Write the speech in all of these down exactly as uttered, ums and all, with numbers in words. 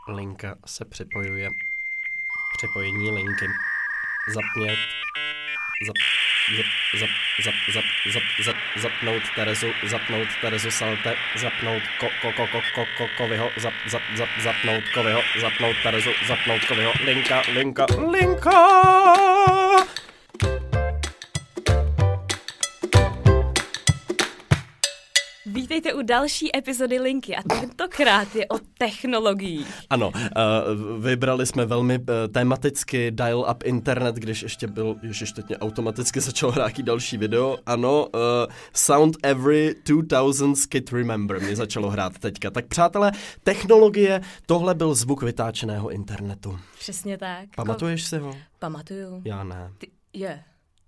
Linka se připojuje. Připojení linky. Zapnět. Zap, zap, zap, zap, zap, zap, zap, zapnout Terezu, zapnout Terezu Salte, zapnout ko, ko, ko, ko, ko, ko, Kovyho, zap, zap, zap, zapnout Kovyho, zapnout Terezu, zapnout Kovyho, linka, linka, linka! Vítejte u další epizody Linky a tentokrát je o technologiích. Ano, uh, vybrali jsme velmi uh, tematicky dial-up internet, když ještě byl, ježiš, teď mě automaticky začalo hrát další video. Ano, uh, Sound Every two thousand Kid Remember mě začalo hrát teďka. Tak přátelé, technologie, tohle byl zvuk vytáčeného internetu. Přesně tak. Pamatuješ si ho? Pamatuju. Já ne. Ty, je.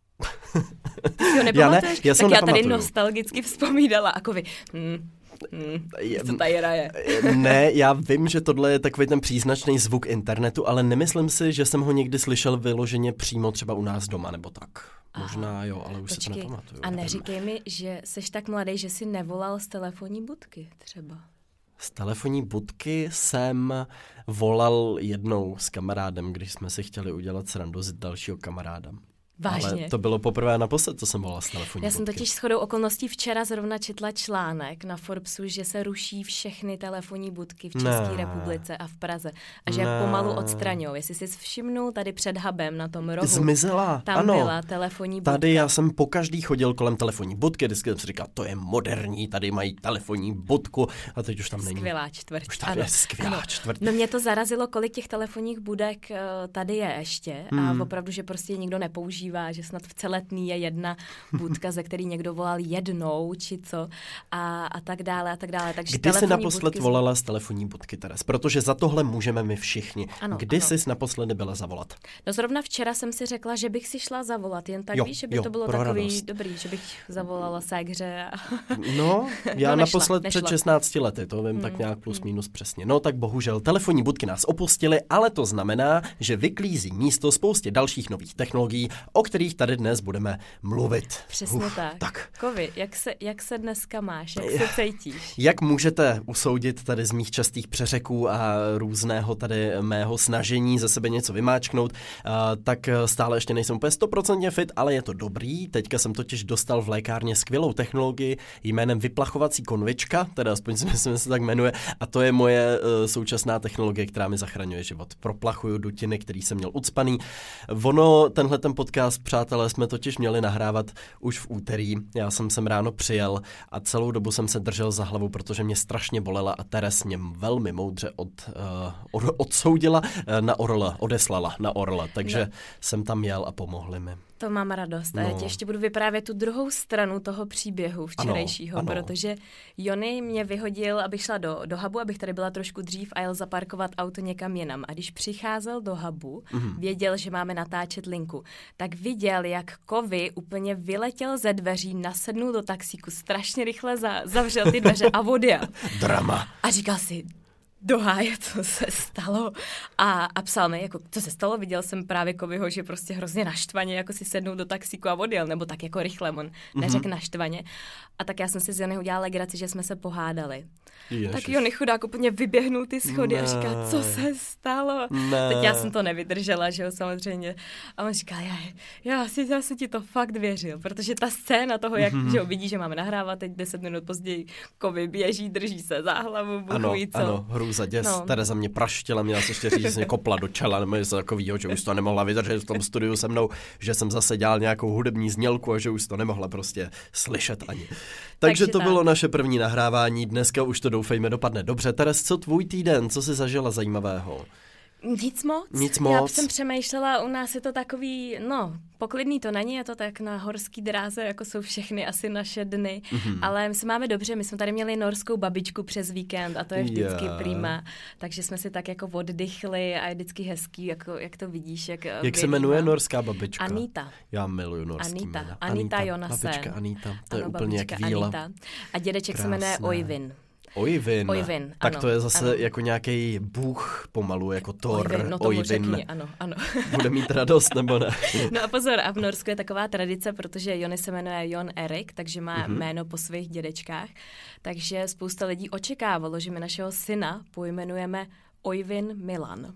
Jo, nepamatuješ? Já, ne, já tak já tady nostalgicky vzpomínala, jako vy. Hmm. Hmm, co tady hraje? Ne, já vím, že tohle je takový ten příznačný zvuk internetu, ale nemyslím si, že jsem ho někdy slyšel vyloženě přímo třeba u nás doma, nebo tak. Možná jo, ale už Počkej, si to nepamatuju. A neříkej mi, že seš tak mladý, že jsi nevolal z telefonní budky třeba. Z telefonní budky jsem volal jednou s kamarádem, když jsme si chtěli udělat srandu z dalšího kamaráda. Vážně? Ale to bylo poprvé naposled, co jsem volala z telefonní Já jsem budky. totiž shodou okolností včera zrovna četla článek na Forbesu, že se ruší všechny telefonní budky v České republice a v Praze. A že je pomalu odstraňují. Jestli jsi všimnul, tady před hubem na tom rohu. Zmizela, tam ano. byla telefonní budka. Tady já jsem pokaždý chodil kolem telefonní budky, vždycky jsem si říkal, to je moderní, tady mají telefonní budku a teď už tam není. Skvělá čtvrť. Už tady je skvělá čtvrť. No mě to zarazilo, kolik těch telefonních budek uh, tady je ještě hmm. a opravdu, že prostě nikdo nepoužívá, že snad v Celetný je jedna budka, ze který někdo volal jednou, či co, a, a tak dále, a tak dále. Takže kdy jsi naposled budky... volala z telefonní budky, Teres? Protože za tohle můžeme my všichni. Ano, kdy ano. jsi naposledy byla zavolat? No zrovna včera jsem si řekla, že bych si šla zavolat, jen tak jo, víš, že by jo, to bylo takový radost. dobrý, že bych zavolala ségře. A... No, já no, nešla, naposled nešla. před šestnácti lety, to vím hmm, tak nějak plus minus hmm. přesně. No tak bohužel telefonní budky nás opustily, ale to znamená, že vyklízí místo spoustě dalších nových technologií, o kterých tady dnes budeme mluvit. Přesně Uf, tak. tak. Kovi, jak se, jak se dneska máš? Jak se cítíš? Jak můžete usoudit tady z mých častých přeřeků a různého tady mého snažení ze sebe něco vymáčknout, uh, tak stále ještě nejsem úplně stoprocentně fit, ale je to dobrý. Teďka jsem totiž dostal v lékárně skvělou technologii jménem vyplachovací konvička, teda aspoň si myslím, že se tak jmenuje, a to je moje uh, současná technologie, která mi zachraňuje život. Proplachuju dutiny, který jsem měl ucpaný. Ono, tenhle ten podcast, přátelé, jsme totiž měli nahrávat už v úterý. Já jsem sem ráno přijel a celou dobu jsem se držel za hlavu, protože mě strašně bolela a Teres mě velmi moudře od, uh, od, odsoudila uh, na orla, odeslala na orla, takže no. jsem tam jel a pomohli mi. To mám radost. No. A já ti ještě budu vyprávět tu druhou stranu toho příběhu včerejšího, ano, ano. protože Jony mě vyhodil, abych šla do, do hubu, abych tady byla trošku dřív a jel zaparkovat auto někam jinam. A když přicházel do hubu, mm-hmm. věděl, že máme natáčet linku, tak viděl, jak Kovy úplně vyletěl ze dveří, nasednul do taxíku, strašně rychle za, zavřel ty dveře a odjel. Drama. A říkal si, doháje, co se stalo. A, a psal mi, jako, co se stalo, viděl jsem právě Kovyho, že prostě hrozně naštvaně jako si sednul do taxíku a odjel, nebo tak jako rychle, on neřekl mm-hmm. naštvaně. A tak já jsem si z Jony udělala legraci, že jsme se pohádali. Ježiš. Tak Jony chudák úplně vyběhnul ty schody ne. a říká, co se stalo. Ne. Teď já jsem to nevydržela, že jo, samozřejmě. A on říká, já, já si zase ti to fakt věřil, protože ta scéna toho, jak mm-hmm. že jo, vidí, že máme nahrávat, teď deset minut později Kovy běží, drží se za hlavu, ano, ví co. Ano, hrůza, děs. No. Tereza mě praštila, měla se ještě říct, že se mě kopla do čela, nebo něco takového, že už to nemohla vydržet v tom studiu se mnou, že jsem zase dělal nějakou hudební znělku a že už to nemohla prostě slyšet ani. Takže, Takže to tak. bylo naše první nahrávání, dneska už to doufejme dopadne dobře. Teres, co tvůj týden, co jsi zažila zajímavého? Nic moc. Nic moc. Já jsem přemýšlela, u nás je to takový, no, poklidný to není, je to tak na horský dráze, jako jsou všechny asi naše dny, mm-hmm. ale my se máme dobře, my jsme tady měli norskou babičku přes víkend a to je vždycky yeah. prima, takže jsme si tak jako oddychli a je vždycky hezký, jako, jak to vidíš. Jak, jak se jmenuje norská babička? Anita. Já miluju norský Anita. jména. Anita, Anita Jonasen. Babička Anita, to ano, je úplně jak víla. Anita. A dědeček Krásné. Se jmenuje Oyvind. Oyvind. Oyvind, tak ano, to je zase ano. jako nějaký bůh pomalu, jako Thor. Oyvind, no tomu řekni, ano, ano. Bude mít radost, nebo ne? No a pozor, a v Norsku je taková tradice, protože Jony se jmenuje Jon Erik, takže má mm-hmm. jméno po svých dědečkách, takže spousta lidí očekávalo, že my našeho syna pojmenujeme Oyvind Milan.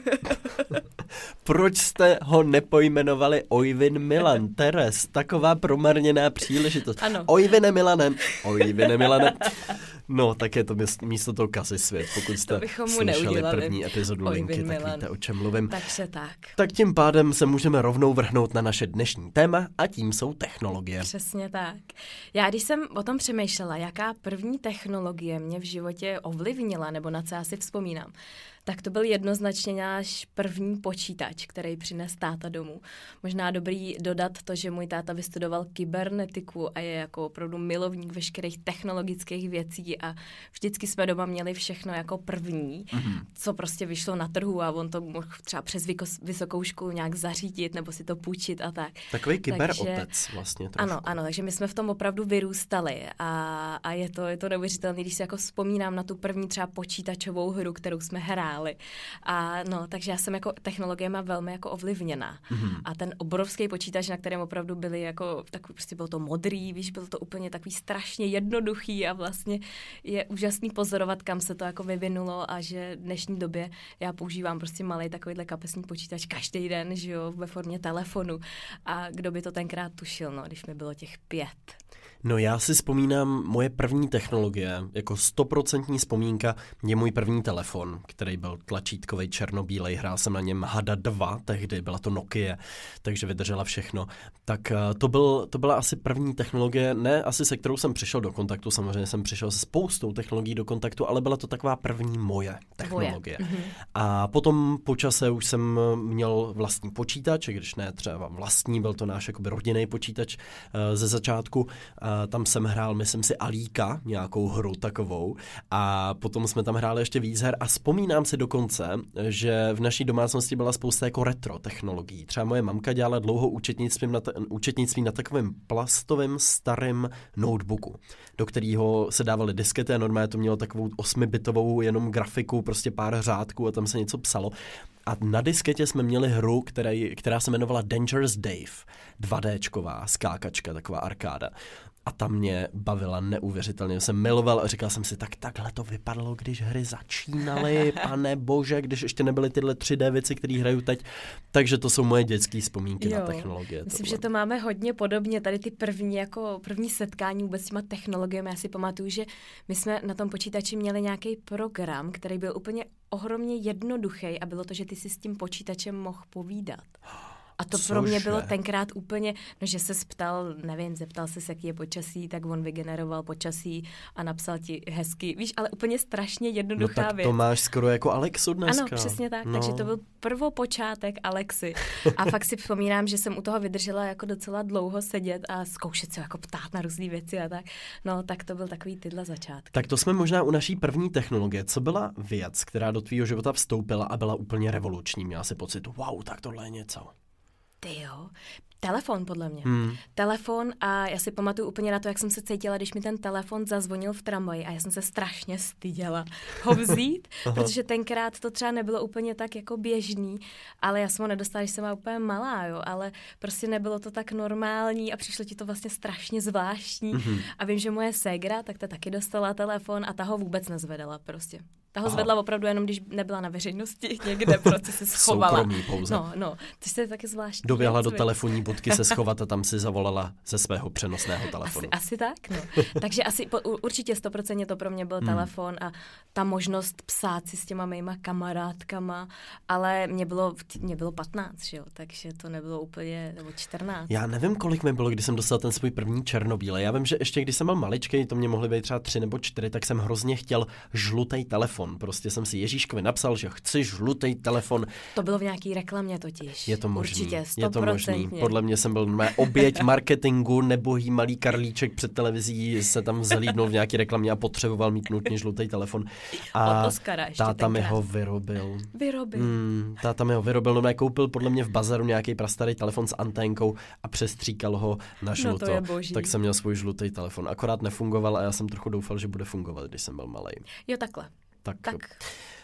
Proč jste ho nepojmenovali Oyvind Milan? Teres, taková promarněná příležitost. Ano. Oyvinde Milane, Oyvinde Milane. No, tak je to místo toho Kasysvět, pokud jste slyšeli první epizodu Linky, tak víte, o čem mluvím. Takže tak. Tak tím pádem se můžeme rovnou vrhnout na naše dnešní téma a tím jsou technologie. Přesně tak. Já když jsem o tom přemýšlela, jaká první technologie mě v životě ovlivnila, nebo na co já si vzpomínám, tak to byl jednoznačně náš první počítač, který přines táta domů. Možná dobrý dodat to, že můj táta vystudoval kybernetiku a je jako opravdu milovník veškerých technologických věcí a vždycky jsme doma měli všechno jako první, mm-hmm. co prostě vyšlo na trhu a on to mohl třeba přes vysokou školu nějak zařídit nebo si to půjčit a tak. Takový kyberotec vlastně trošku. Ano, ano, takže my jsme v tom opravdu vyrůstali a, a je to, je to neuvěřitelné, když si jako vzpomínám na tu první třeba počítačovou hru, kterou jsme hráli. A no, takže já jsem jako technologiema velmi jako ovlivněná. Mm-hmm. A ten obrovský počítač, na kterém opravdu byli jako, takový prostě bylo to modrý, víš, bylo to úplně takový strašně jednoduchý a vlastně je úžasný pozorovat, kam se to jako vyvinulo a že v dnešní době já používám prostě malej takovýhle kapesní počítač každý den, že jo, ve formě telefonu. A kdo by to tenkrát tušil, no, když mi bylo těch pět. No já si vzpomínám, moje první technologie, jako stoprocentní vzpomínka je můj první telefon, který byl tlačítkovej černobílej, hrál jsem na něm Hada dva, tehdy byla to Nokia, takže vydržela všechno. Tak to, byl, to byla asi první technologie, ne asi se kterou jsem přišel do kontaktu, samozřejmě jsem přišel se spoustou technologií do kontaktu, ale byla to taková první moje technologie. Tvoje. A potom po čase už jsem měl vlastní počítač, když ne třeba vlastní, byl to náš jakoby rodinný počítač ze začátku. Tam jsem hrál, myslím si, Alíka, nějakou hru takovou a potom jsme tam hráli ještě víc her a vzpomínám si dokonce, že v naší domácnosti byla spousta jako retro technologií. Třeba moje mamka dělala dlouho účetnictví na, ta, účetnictví na takovém plastovém starém notebooku, do kterého se dávaly diskety a normálně to mělo takovou osmibitovou jenom grafiku, prostě pár řádků a tam se něco psalo. A na disketě jsme měli hru, která, která se jmenovala Dangerous Dave, dvaadéčková skákačka, taková arkáda. A ta mě bavila neuvěřitelně. Jsem miloval a říkal jsem si, tak takhle to vypadalo, když hry začínaly, pane bože, když ještě nebyly tyhle tři dé věci, které hraju teď. Takže to jsou moje dětské vzpomínky jo, na technologie. Myslím, tohle. že to máme hodně podobně. Tady ty první, jako první setkání vůbec s těma technologiemi. Já si pamatuju, že my jsme na tom počítači měli nějaký program, který byl úplně ohromně jednoduchý a bylo to, že ty si s tím počítačem mohl povídat. A to Cože? Pro mě bylo tenkrát úplně, no, že se ptal, nevím, zeptal se, jaký je počasí, tak on vygeneroval počasí a napsal ti hezky, víš, ale úplně strašně jednoduchá no, tak věc. To máš skoro jako Alexu dneska. Ano, přesně tak, no. Takže to byl prvopočátek Alexy. A fakt si vzpomínám, že jsem u toho vydržela jako docela dlouho sedět a zkoušet se jako ptát na různé věci a tak. No, tak to byl takový tyhle začátky. Tak to jsme možná u naší první technologie. Co byla věc, která do tvýho života vstoupila a byla úplně revoluční? Měla si pocit, wow, tak tohle je něco. Ty jo, telefon podle mě. Hmm. Telefon a já si pamatuju úplně na to, jak jsem se cítila, když mi ten telefon zazvonil v tramvaji a já jsem se strašně styděla ho vzít, protože tenkrát to třeba nebylo úplně tak jako běžný, ale já jsem ho nedostala, když jsem byla úplně malá, jo, ale prostě nebylo to tak normální a přišlo ti to vlastně strašně zvláštní mm-hmm. a vím, že moje ségra, tak ta taky dostala telefon a ta ho vůbec nezvedala prostě. Ta ho zvedla opravdu jenom, když nebyla na veřejnosti někde, prostě se schovala. Soukromí pouze. No, no, to je taky zvláštní. Doběhla do telefonní budky se schovat a tam si zavolala ze svého přenosného telefonu. Asi, asi tak, no. Takže asi po, určitě sto procent to pro mě byl hmm. telefon a ta možnost psát si s těma mýma kamarádkama, ale mě bylo, mě bylo patnáct, že jo, takže to nebylo úplně, nebo čtrnáct. Já nevím, kolik mi bylo, když jsem dostal ten svůj první černobílej. Já vím, že ještě když jsem byl maličkej, to mě mohly být třeba tři nebo čtyři, tak jsem hrozně chtěl žlutý telefon. Prostě jsem si Ježíškovi napsal, že chci žlutý telefon. To bylo v nějaký reklamě totiž. Je to možný. Určitě, je to možný. Podle mě jsem byl mé oběť marketingu, nebohý malý Karlíček před televizí se tam zhlídnul v nějaký reklamě a potřeboval mít nutně žlutý telefon. A táta mi ho vyrobil. Vyrobil. Mm, táta mi ho vyrobil, no mě koupil podle mě v bazaru nějaký prastarý telefon s anténkou a přestříkal ho na žluto. No to je boží. Tak jsem měl svůj žlutý telefon. Akorát nefungoval a já jsem trochu doufal, že bude fungovat, když jsem byl malej. Jo, takhle. Tak, tak.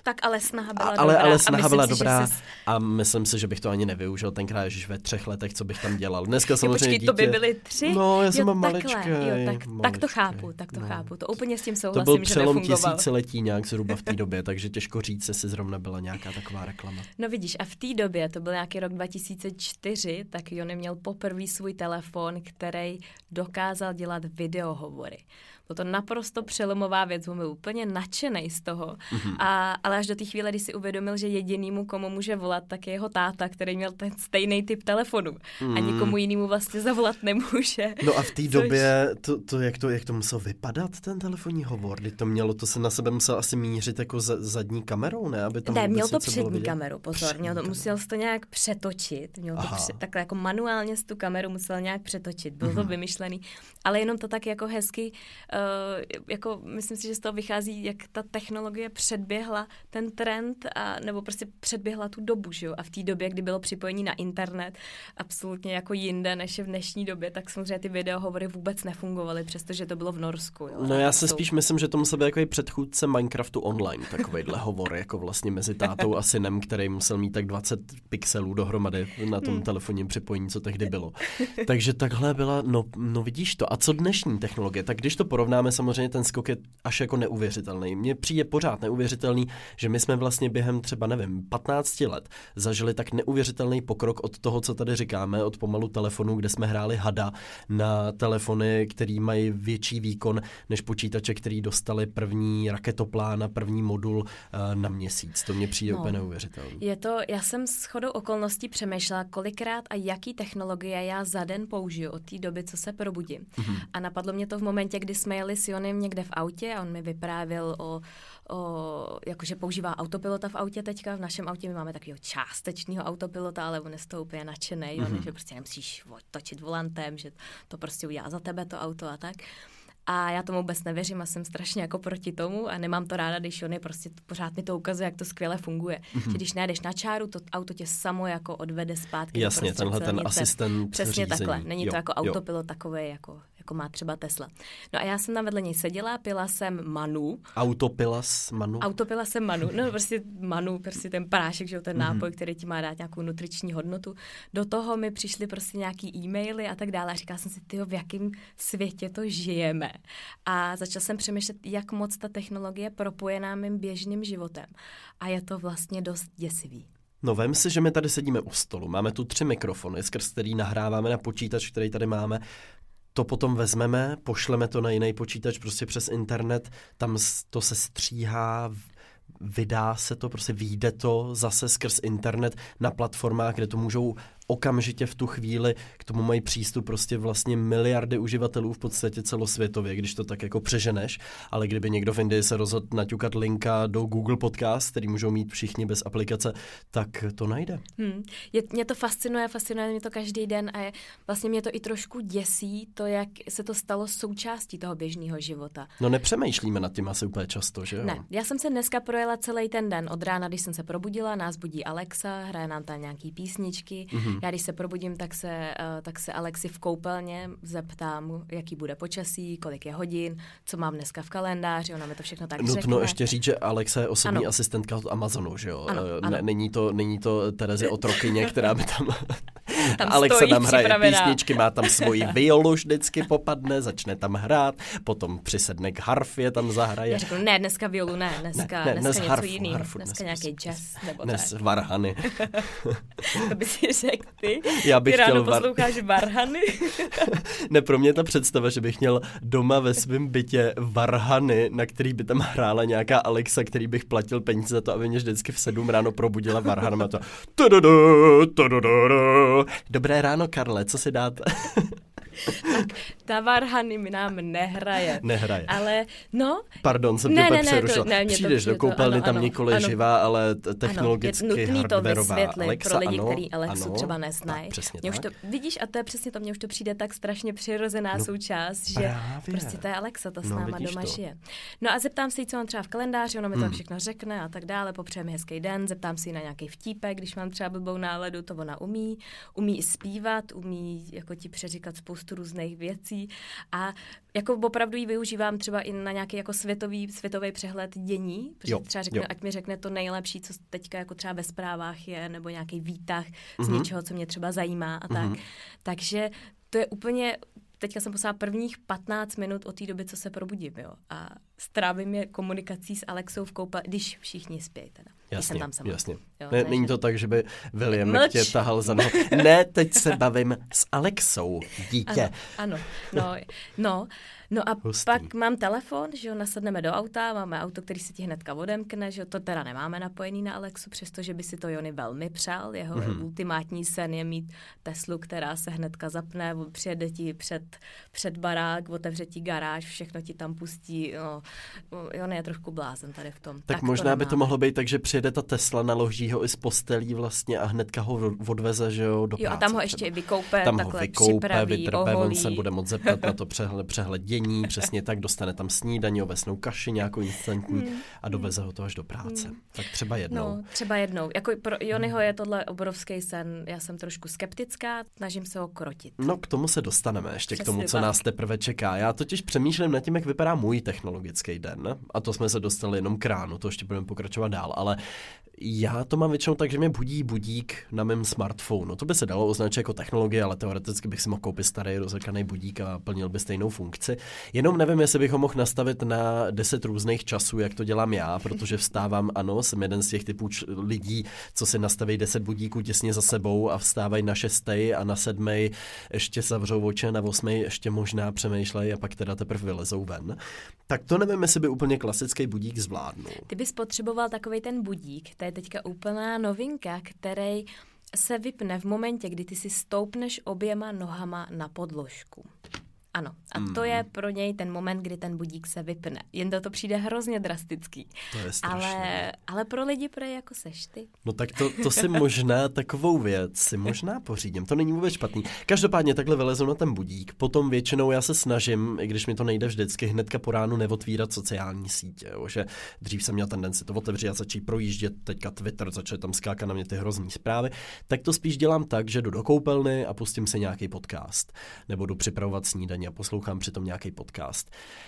Tak ale snaha byla ale, dobrá. Ale snaha byla si, dobrá jsi... a myslím si, že bych to ani nevyužil tenkrát, že ve třech letech, co bych tam dělal. Dneska samozřejmě počkej, dítě... to by byly tři? No, já jsem jo, maličkej. Jo, tak, maličkej, tak to chápu, tak to no. chápu. To úplně s tím souhlasím, že nefungoval. To byl že přelom tisíciletí nějak zhruba v té době, takže těžko říct, jestli zrovna byla nějaká taková reklama. No vidíš, a v té době, to byl nějaký rok dva tisíce čtyři, tak Jony měl poprvé svůj telefon, který dokázal dělat videohovory. Bylo to naprosto přelomová věc, byl úplně nadšenej z toho. Mm-hmm. A, ale až do té chvíle, kdy si uvědomil, že jedinýmu, komu může volat, tak je jeho táta, který měl ten stejný typ telefonu. Mm. A nikomu jinému vlastně zavolat nemůže. No a v té což... době, to, to, jak to, jak to musel vypadat, ten telefonní hovor? Kdy to mělo, to se na sebe musel asi mířit jako za, zadní kamerou, ne? Aby tam ne, měl to přední kameru, pozor. Měl to, musel to nějak přetočit. Měl to pře, takhle jako manuálně z tu kameru musel nějak přetočit. Bylo mm. to vymyšlený. Ale jenom to tak jako hezky... Uh, jako myslím si, že z toho vychází, jak ta technologie předběhla ten trend, a, nebo prostě předběhla tu dobu, že jo? A v té době, kdy bylo připojení na internet absolutně jako jinde, než je v dnešní době, tak samozřejmě ty videohovory vůbec nefungovaly, přestože to bylo v Norsku. Jo? No já se jsou... spíš myslím, že to musel být jako i předchůdce Minecraftu online, takovejhle hovor, jako vlastně mezi tátou a synem, který musel mít tak dvacet pixelů dohromady na tom hmm. telefonním připojení, co tehdy bylo. Takže takhle byla, no, no vidíš to. A co dnešní technologie? Tak když to porovnáme, samozřejmě ten skok je až jako neuvěřitelný. Mně přijde pořád neuvěřitelný, že my jsme vlastně během třeba, nevím, patnácti let zažili tak neuvěřitelný pokrok od toho, co tady říkáme, od pomalu telefonu, kde jsme hráli hada, na telefony, který mají větší výkon než počítače, který dostali první raketoplán a první modul uh, na měsíc. To mně přijde no, úplně neuvěřitelný. Je to, já jsem shodou okolností přemýšlela, kolikrát a jaký technologie já za den použiju od té doby, co se probudím. Mm-hmm. A napadlo mě to v momentě, kdy jsme jeli s Jonem někde v autě a on mi vyprávěl o, o jakože používá autopilota v autě teďka. V našem autě my máme takového částečného autopilota, ale on je z toho úplně nadšený, mm-hmm. že prostě nemusíš točit volantem, že to prostě udělá za tebe to auto a tak. A já tomu vůbec nevěřím a jsem strašně jako proti tomu a nemám to ráda, když on je prostě pořád mi to ukazuje, jak to skvěle funguje. Mm-hmm. Že když najdeš na čáru, to auto tě samo jako odvede zpátky. Jasně, tenhle ten asistent přesně řízení. Takhle. Není jo, to jako autopilot takový, jako, jako má třeba Tesla. No a já jsem tam vedle něj seděla, pila jsem Manu. Autopilas Manu? Autopila jsem Manu. No prostě Manu, prostě ten prášek, že ten nápoj, mm-hmm. který ti má dát nějakou nutriční hodnotu. Do toho mi přišly prostě nějaký e-maily a tak dále. A říkala jsem si, tyjo, v jakém světě to žijeme. A začala jsem přemýšlet, jak moc ta technologie propojená mým běžným životem. A je to vlastně dost děsivý. No vem si, že my tady sedíme u stolu. Máme tu tři mikrofony, skrz který nahráváme na počítač, který tady máme. To potom vezmeme, pošleme to na jiný počítač prostě přes internet, tam to se stříhá, vydá se to, prostě vyjde to zase skrz internet na platformách, kde to můžou okamžitě v tu chvíli, k tomu mají přístup prostě vlastně miliardy uživatelů v podstatě celosvětově, když to tak jako přeženeš, ale kdyby někdo v Indii se rozhodl naťukat linka do Google Podcast, který můžou mít všichni bez aplikace, tak to najde. Hmm. Je, mě to fascinuje, fascinuje mě to každý den a je, vlastně mě to i trošku děsí to, jak se to stalo součástí toho běžného života. No nepřemýšlíme nad tím asi úplně často, že jo? Ne, já jsem se dneska projela celý ten den. Od rána, když jsem se probudila, nás budí Alexa, hraje nám tam nějaký písničky. Mm-hmm. Já když se probudím, tak se, uh, tak se Alexi v koupelně zeptám, jaký bude počasí, kolik je hodin, co mám dneska v kalendáři, ona mi to všechno tak Nutno řekne. ještě říct, že Alexa je osobní ano. asistentka od Amazonu, že jo? Ano, ano. Ne, není to, není to Terezie Otrokyně, která by tam... tam Alexa tam hraje písničky, má tam svoji violu vždycky popadne, začne tam hrát, potom přisedne k harfě, tam zahraje. Já řeknu, ne, dneska violu, ne, dneska, ne, ne, dneska dnes něco harfu, jiného, harfu, dneska dnes, nějaký jazz, nebo dnes tak. varhany. To by si řekl ty? Já bych ty ráno chtěl var... posloucháš varhany? Ne, pro mě ta představa, že bych měl doma ve svém bytě varhany, na který by tam hrála nějaká Alexa, který bych platil peníze za to, aby mě vždycky v sedm ráno probudila varhanama to. Dobré ráno, Karle, co si dáte? Tak ta varhany mi nám nehraje. Nehraje. Ale no... Pardon, jsem ne, tě ne, přerušil. Ne, Přijdeš to, do koupelny, to, tam ano, nikoli ano, živá, ale technologicky ano, je nutný to vysvětlit Alexa, pro lidi, ano, kteří Alexu ano, třeba neznají. Mě už to, vidíš, a to je přesně to, mně už to přijde tak strašně přirozená no, součást, že právě. Prostě to je Alexa, ta s no, náma doma to. žije. No a zeptám se jí, co mám třeba v kalendáři, ono mi to hmm. všechno řekne a tak dále, popřeje mi hezký den, zeptám si na nějaký vtípek, když mám třeba blbou náladu, to ona umí, umí i zpívat, umí jako ti přeříkat spoustu spoustu různých věcí a jako opravdu ji využívám třeba i na nějaký jako světový, světový přehled dění, protože jo, třeba řekne, ať mi řekne to nejlepší, co teďka jako třeba ve zprávách je, nebo nějaký výtah mm-hmm. z něčeho, co mě třeba zajímá a tak. Mm-hmm. Takže to je úplně, teďka jsem poslala prvních patnáct minut od té doby, co se probudím, jo. A strávím je komunikací s Alexou v koupelně, když všichni spějí teda. Jasně, tam sama. jasně. Jo, ne, není to tak, že by William tě tahal za nohu. Ne, teď se bavím s Alexou, dítě. Ano, ano. No, no, no a Hustý. Pak mám telefon, že jo, nasedneme do auta, máme auto, který se ti hnedka odemkne, že jo, to teda nemáme napojený na Alexu, přestože by si to Jony velmi přál. Jeho mm-hmm. ultimátní sen je mít Teslu, která se hnedka zapne, přijede ti před, před barák, otevře ti garáž, všechno ti tam pustí. No, Jony je trošku blázen tady v tom. Tak, tak možná to by to mohlo být tak, že přijede ta Tesla, naloží ho i z postelí vlastně a hnedka ho odveze, že jo, do práce. Jo, a tam ho třeba. ještě vykoupe, tam takhle ho vykoupe, připraví, vytrpe, oholí. on se bude moc zeptat na to přehled, přehled dění, přesně tak, dostane tam snídaní, ovesnou kaši nějakou instantní hmm. a doveze ho to až do práce. Hmm. Tak třeba jednou. No, třeba jednou. Jako pro Jonyho je tohle obrovský sen, já jsem trošku skeptická, snažím se ho krotit. No, k tomu se dostaneme ještě, Přesně k tomu, co tak. nás teprve čeká. Já totiž přemýšlím nad tím, jak vypadá můj technologický den, a to jsme se dostali jenom k ránu, to ještě budeme pokračovat dál, ale já to mám většinou tak, že mě budí budík na mém smartphonu. To by se dalo označit jako technologie, ale teoreticky bych si mohl koupit starý rozekaný budík a plnil by stejnou funkci. Jenom nevím, jestli bych ho mohl nastavit na deset různých časů, jak to dělám já, protože vstávám, ano, jsem jeden z těch typů č- lidí, co si nastaví deset budíků těsně za sebou a vstávají na šestej a na sedmej ještě zavřou oči, na osmej ještě možná přemýšlejí a pak teda teprve vylezou ven. Tak to nevím, jestli by úplně klasický budík zvládnul. Ty bys potřeboval takovej ten budík, to je teďka úplná novinka, který se vypne v momentě, kdy ty si stoupneš oběma nohama na podložku. Ano, a to je pro něj ten moment, kdy ten budík se vypne. Jen to přijde hrozně drastický. To je strašné. Ale, ale pro lidi, pro jako seš ty. No tak to, to si možná takovou věc si možná pořídím. To není vůbec špatný. Každopádně takhle vylezu na ten budík. Potom většinou já se snažím, i když mi to nejde vždycky, hnedka po ránu neotvírat sociální sítě. Jo? Že dřív jsem měl tendenci to otevřít a začít projíždět, teďka Twitter, začaly tam skákat na mě ty hrozný zprávy. Tak to spíš dělám tak, že jdu do koupelny a pustím si nějaký podcast. Nebo jdu připravovat snídaně a poslouchám přitom nějaký podcast.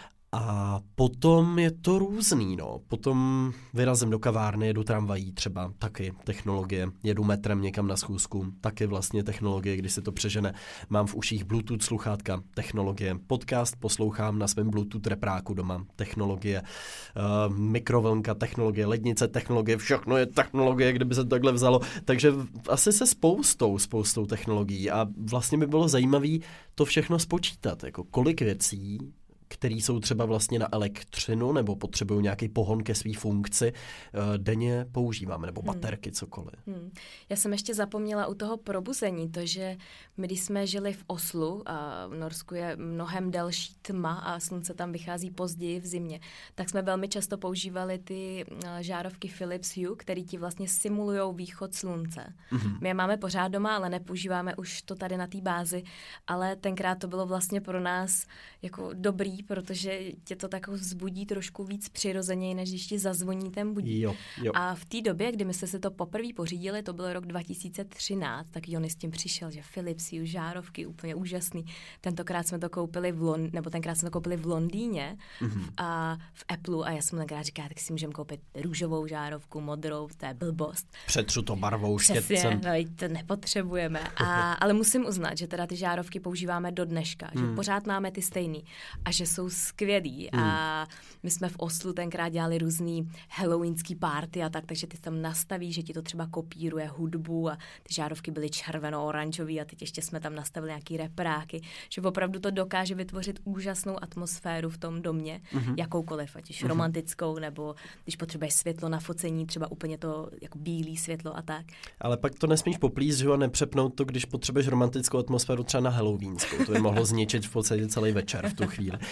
A potom je to různý, no. Potom vyrazím do kavárny, jedu tramvají třeba, taky technologie. Jedu metrem někam na schůzku, taky vlastně technologie, když se to přežene. Mám v uších Bluetooth sluchátka, technologie. Podcast poslouchám na svém Bluetooth repráku doma, technologie. Uh, mikrovlnka, technologie, lednice, technologie, všechno je technologie, kdyby se to takhle vzalo. Takže asi se spoustou, spoustou technologií. A vlastně by bylo zajímavé to všechno spočítat, jako kolik věcí, který jsou třeba vlastně na elektřinu nebo potřebují nějaký pohon ke své funkci, denně používáme, nebo baterky, cokoliv. Hmm. Já jsem ještě zapomněla u toho probuzení, to, že my, když jsme žili v Oslu, a v Norsku je mnohem delší tma a slunce tam vychází později v zimě, tak jsme velmi často používali ty žárovky Philips Hue, které ti vlastně simulujou východ slunce. Hmm. My je máme pořád doma, ale nepoužíváme už to tady na té bázi, ale tenkrát to bylo vlastně pro nás jako dobrý, protože tě to tak vzbudí trošku víc přirozeněji, než když ti zazvoní ten budík. Jo, jo. A v té době, kdy my jsme si to poprvé pořídili, to byl rok dva tisíce třináct, tak Jony s tím přišel, že Philips Hue, žárovky, úplně úžasný. Tentokrát jsme to koupili v Lon- nebo tenkrát jsme to koupili v Londýně mm-hmm. a v Apple a já jsem tenkrát říkala, tak si můžeme koupit růžovou žárovku, modrou, to je blbost. Přetřu to barvou štětcem. Přesně, no, to nepotřebujeme. A, ale musím uznat, že teda ty žárovky používáme do dneška, mm. že pořád máme ty stejný a že jsou skvělý. Mm. A my jsme v Oslu tenkrát dělali různý halloweenský party a tak, takže ty tam nastaví, že ti to třeba kopíruje hudbu a ty žárovky byly červeno-oranžový a teď ještě jsme tam nastavili nějaký repráky, že opravdu to dokáže vytvořit úžasnou atmosféru v tom domě, mm-hmm. jakoukoliv, ať už mm-hmm. romantickou, nebo když potřebuješ světlo na focení, třeba úplně to jako bílý světlo a tak. Ale pak to nesmíš poplíst, že ho nepřepnout to, když potřebuješ romantickou atmosféru třeba na halloweenskou. To by mohlo zničit v podstatě celý večer v tu chvíli.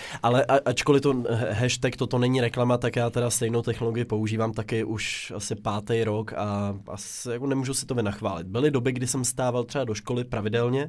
Ale a, ačkoliv to hashtag toto není reklama, tak já teda stejnou technologii používám taky už asi pátý rok a asi jako nemůžu si to vynachválit. Byly doby, kdy jsem stával třeba do školy pravidelně.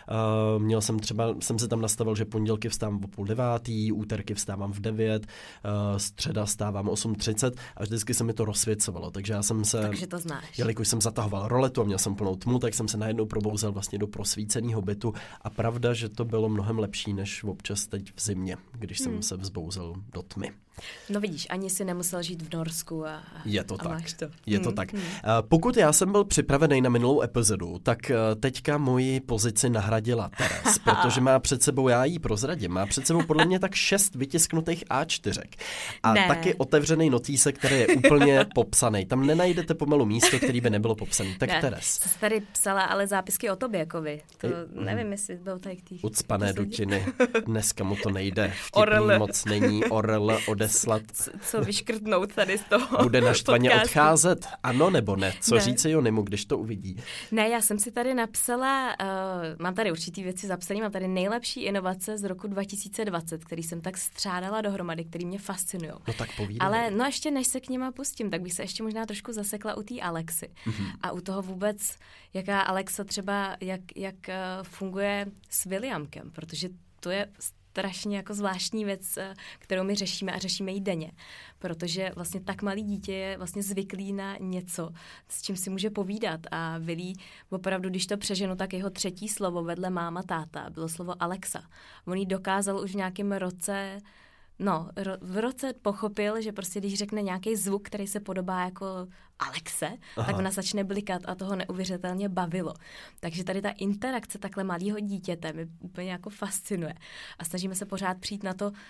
Uh, měl jsem třeba, jsem si tam nastavil, že pondělky vstávám o půl devátý, úterky vstávám v devět, uh, středa vstávám osm třicet a vždycky se mi to rozsvěcovalo. Takže já jsem se, takže to znáš. Jelikož jsem zatahoval roletu a měl jsem plnou tmu, tak jsem se najednou probouzel vlastně do prosvíceného bytu a pravda, že to bylo mnohem lepší než občas teď v zimě, když jsem hmm. se vzbouzel do tmy. No vidíš, ani si nemusel žít v Norsku a, je to a tak. máš to. Je hmm. to tak. Hmm. Pokud já jsem byl připravený na minulou epizodu, tak teďka moji pozici nahradila Teres, protože má před sebou, já jí prozradím, má před sebou podle mě tak šest vytisknutých á čtyři a ne. taky otevřený notýsek, který je úplně popsaný. Tam nenajdete pomalu místo, který by nebylo popsaný. Tak ne. Teres. Jsi tady psala ale zápisky o tobě, Jakovi. To I, nevím, jestli byl tady k tý... Ucpané dutiny. Dneska mu to nejde. Vtipný moc není. Orl odeslat. Co, co vyškrtnout tady z toho bude naštvaně podcastu. Odcházet? Ano nebo ne? Co ne. říct Jonimu, když to uvidí? Ne, já jsem si tady napsala, uh, mám tady určitý věci zapsané, mám tady nejlepší inovace z roku dva tisíce dvacet, který jsem tak střádala dohromady, který mě fascinují. No tak povídej. Ale no ještě než se k něma pustím, tak bych se ještě možná trošku zasekla u té Alexy. Mm-hmm. A u toho vůbec, jaká Alexa třeba, jak, jak uh, funguje s Williamkem, protože to je strašně jako zvláštní věc, kterou my řešíme a řešíme ji denně. Protože vlastně tak malý dítě je vlastně zvyklý na něco, s čím si může povídat. A Willy, opravdu, když to přeženu, tak jeho třetí slovo vedle máma, táta bylo slovo Alexa. On jí dokázal už v nějakém roce, no, ro, v roce pochopil, že prostě když řekne nějaký zvuk, který se podobá jako Alexe, Aha. tak ona začne blikat a toho neuvěřitelně bavilo. Takže tady ta interakce takhle malého dítěte mi úplně jako fascinuje. A snažíme se pořád přijít na to, uh,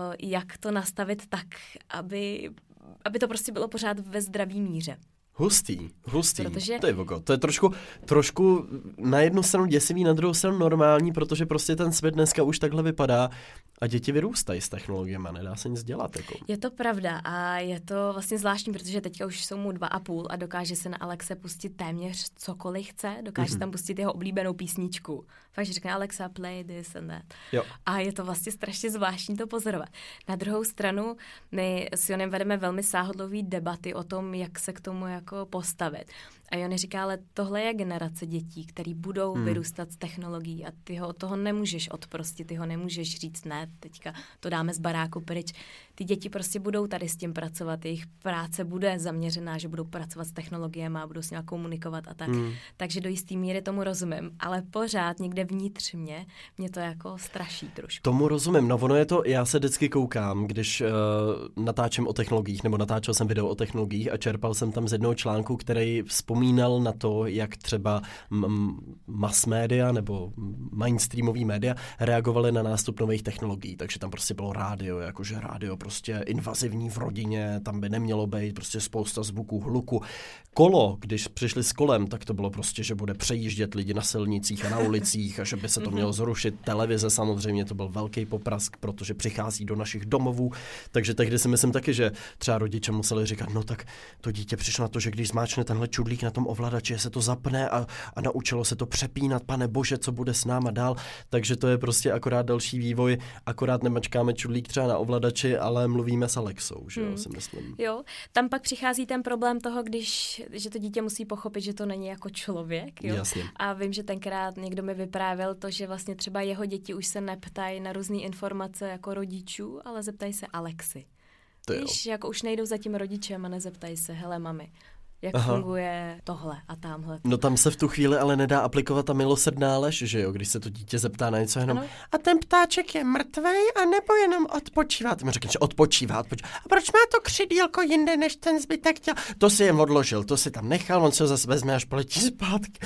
jak to nastavit tak, aby, aby to prostě bylo pořád ve zdravý míře. Hustý, hustý, protože... to je vogo. To je trošku, trošku na jednu stranu děsivý, na druhou stranu normální, protože prostě ten svět dneska už takhle vypadá a děti vyrůstají s technologiemi, nedá se nic dělat. Jako. Je to pravda a je to vlastně zvláštní, protože teďka už jsou mu dva a půl a dokáže se na Alexe pustit téměř cokoliv chce, dokáže mm-hmm. tam pustit jeho oblíbenou písničku. Fakt, že řekne Alexa, play this and that. Jo. A je to vlastně strašně zvláštní to pozorovat. Na druhou stranu my s Jonem vedeme velmi sáhodlový debaty o tom, jak se k tomu jako postavit. A Jony říká, ale tohle je generace dětí, který budou hmm. vyrůstat z technologií a ty ho od toho nemůžeš odprostit, ty ho nemůžeš říct, ne, teďka to dáme z baráku pryč. Ty děti prostě budou tady s tím pracovat, jejich práce bude zaměřená, že budou pracovat s technologiemi a budou s ním komunikovat a tak. Hmm. Takže do jistý míry tomu rozumím, ale pořád někde vnitř mě, mě to jako straší trošku. Tomu rozumím, no ono je to, já se vždycky koukám, když uh, natáčím o technologiích, nebo natáčel jsem video o technologiích a čerpal jsem tam z jednoho článku, který vzpomínal na to, jak třeba m- mass média nebo mainstreamový média reagovaly na nástup nových technologií, takže tam prostě bylo rádio, jakože rádio prostě invazivní v rodině, tam by nemělo být prostě spousta zvuků, hluku. Kolo, když přišli s kolem, tak to bylo prostě, že bude přejíždět lidi na silnicích a na ulicích a že by se to mělo zrušit. Televize samozřejmě, to byl velký poprask, protože přichází do našich domovů, takže tehdy si myslím taky, že třeba rodiče museli říkat, no tak to dítě přišlo na to, že když zmáčne tenhle čudlík na tom ovladači, se to zapne a, a naučilo se to přepínat, pane bože, co bude s náma dál, takže to je prostě akorát další vývoj, akorát nemačkáme čudlík třeba na ovladači, ale mluvíme s Alexou, že jo, hmm. si myslím. Jo, tam pak přichází ten problém toho, když, že to dítě musí pochopit, že to není jako člověk, jo. Jasně. A vím, že tenkrát někdo mi vyprávěl to, že vlastně třeba jeho děti už se neptají na různé informace jako rodičů, ale zeptají se Alexy. Víš, jako už nejdou za tím rodičem a nezeptají se, hele mami, jak Aha. funguje tohle a tamhle. No tam se v tu chvíli ale nedá aplikovat ta milosrdná lež, že jo, když se to dítě zeptá na něco jenom, ano. A ten ptáček je mrtvej a nebo jenom odpočívá. Ty mi řekne, že odpočívá, odpočívá. A proč má to křidílko jinde než ten zbytek těla? To si jen odložil, to si tam nechal, on se ho zase vezme až poletí zpátky.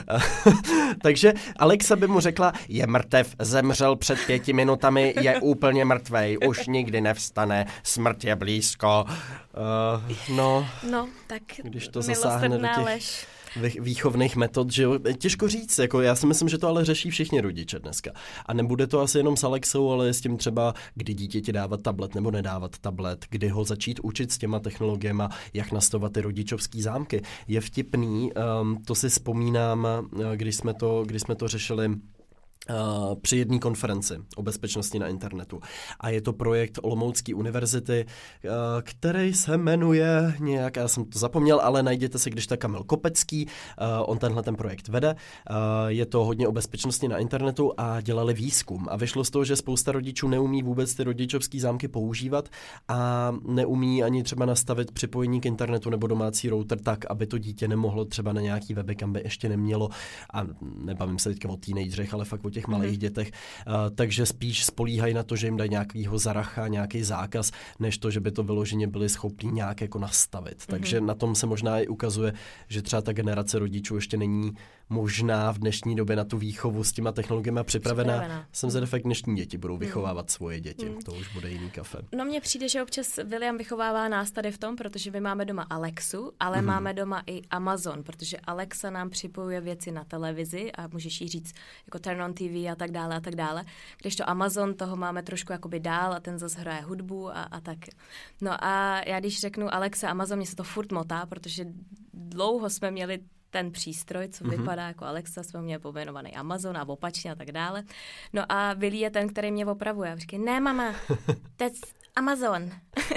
Takže Alexa by mu řekla, je mrtev, zemřel před pěti minutami, je úplně mrtvej, už nikdy nevstane, smrt je blízko. Uh, no, no, tak když to zasáhne do těch lež. výchovných metod, že jo, těžko říct, jako já si myslím, že to ale řeší všichni rodiče dneska. A nebude to asi jenom s Alexou, ale s tím třeba, kdy dítěti dávat tablet nebo nedávat tablet, kdy ho začít učit s těma technologiemi, jak nastavovat ty rodičovský zámky. Je vtipný, um, to si vzpomínám, když jsme to, když jsme to řešili Uh, při jedné konferenci o bezpečnosti na internetu. A je to projekt Olomoucké univerzity, uh, který se jmenuje nějak, já jsem to zapomněl, ale najděte si, když tak Kamil Kopecký, uh, on tenhle ten projekt vede. Uh, je to hodně o bezpečnosti na internetu a dělali výzkum. A vyšlo z toho, že spousta rodičů neumí vůbec ty rodičovský zámky používat a neumí ani třeba nastavit připojení k internetu nebo domácí router tak, aby to dítě nemohlo třeba na nějaký weby, kam by ještě nemělo. A nebavím se teďka o teenagerech, ale fakt o těch malých mm-hmm. dětech, uh, takže spíš spolíhají na to, že jim dají nějakýho zaracha, nějaký zákaz, než to, že by to vyloženě byli schopní nějak jako nastavit. Mm-hmm. Takže na tom se možná i ukazuje, že třeba ta generace rodičů ještě není možná v dnešní době na tu výchovu s těma technologiemi připravená. připravená. Jsem zde fakt dnešní děti budou vychovávat mm. svoje děti. Mm. To už bude jiný kafe. No mně přijde, že občas William vychovává nás tady v tom, protože my máme doma Alexu, ale mm. máme doma i Amazon, protože Alexa nám připojuje věci na televizi a můžeš jí říct jako turn on T V a tak dále a tak dále. Když to Amazon, toho máme trošku jakoby dál a ten zase hraje hudbu a, a tak. No a já když řeknu Alexa, Amazon, mě se to furt motá, protože dlouho jsme měli ten přístroj, co mm-hmm. vypadá jako Alexa, jsme měli pojmenovaný Amazon a opačně a tak dále. No a Willy je ten, který mě opravuje. A říká, ne mama, that's Amazon.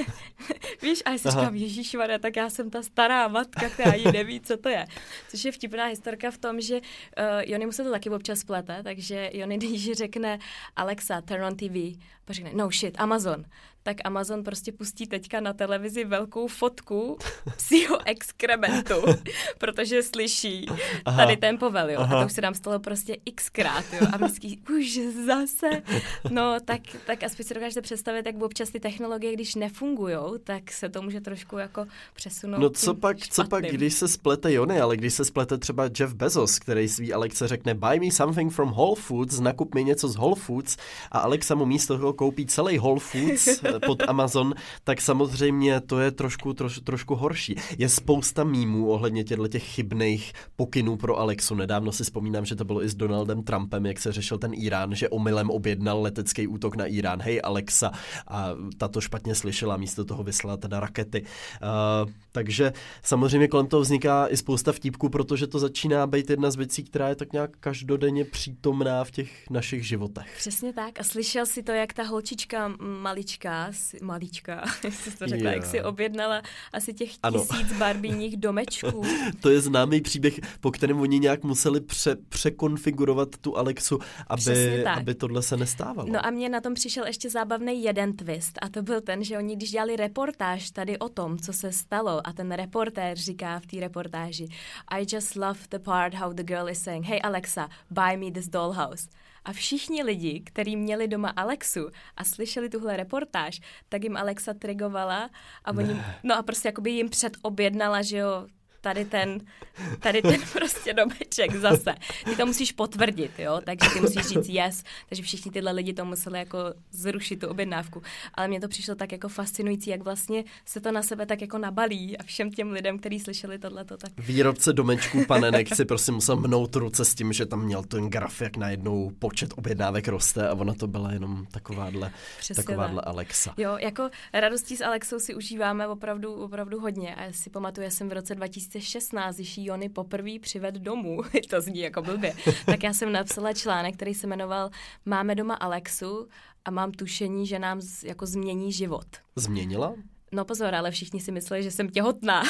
Víš, a já si říkám, ježišmarja, tak já jsem ta stará matka, která jí neví, co to je. Což je vtipná historka v tom, že uh, Jony mu se to taky občas plete, takže Jony, když řekne Alexa, turn on T V, pak řekne, no shit, Amazon. Tak Amazon prostě pustí teďka na televizi velkou fotku psího exkrementu, protože slyší Aha. tady ten povel, jo. Aha. A to už se nám stalo prostě xkrát, jo. A myslí, už zase. No, tak, tak aspoň si dokážete představit, jak občas ty technologie, když nefungujou, tak se to může trošku jako přesunout. No co pak, co pak, když se splete Jony, ale když se splete třeba Jeff Bezos, který svý Alexe řekne buy me something from Whole Foods, nakup mi něco z Whole Foods a Alexa mu místo toho koupí celý Whole Foods pod Amazon, tak samozřejmě to je trošku, troš, trošku horší. Je spousta mýmů ohledně těchto těch chybných pokynů pro Alexu. Nedávno si vzpomínám, že to bylo i s Donaldem Trumpem, jak se řešil ten Irán, že omylem objednal letecký útok na Irán. Hej Alexa, a ta to špatně slyšela, místo toho vyslala teda rakety. Uh, takže samozřejmě kolem toho vzniká i spousta vtípků, protože to začíná být jedna z věcí, která je tak nějak každodenně přítomná v těch našich životech. Přesně tak. A slyšel si to, jak ta holčička malička, malička, jak jsi to řekla, yeah. jak si objednala asi těch ano. tisíc barbíních domečků. To je známý příběh, po kterém oni nějak museli pře- překonfigurovat tu Alexu, aby, aby tohle se nestávalo. No a mně na tom přišel ještě zábavný jeden twist a to byl ten, že oni když dělali reportáž tady o tom, co se stalo a ten reportér říká v té reportáži I just love the part how the girl is saying hey Alexa, buy me this dollhouse. A všichni lidi, kteří měli doma Alexu a slyšeli tuhle reportáž, tak jim Alexa trigovala a oni, no a prostě jakoby jim předobjednala, že jo, tady ten, tady ten prostě domeček zase. Ty to musíš potvrdit, jo, takže ty musíš říct yes, takže všichni tyhle lidi to museli jako zrušit tu objednávku. Ale mně to přišlo tak jako fascinující, jak vlastně se to na sebe tak jako nabalí a všem těm lidem, kteří slyšeli tohleto, tak... Výrobce domečků panenek si prostě musel mnout ruce s tím, že tam měl ten graf, jak najednou počet objednávek roste a ona to byla jenom takováhle, takováhle Alexa. Jo, jako radostí s Alexou si užíváme opravdu, opravdu hodně a já si pamatuju, já jsem v roce dva tisíce šestnáct, když Jony poprvé přived domů, to zní jako blbě, tak já jsem napsala článek, který se jmenoval Máme doma Alexu a mám tušení, že nám z, jako změní život. Změnila? No pozor, ale všichni si mysleli, že jsem těhotná.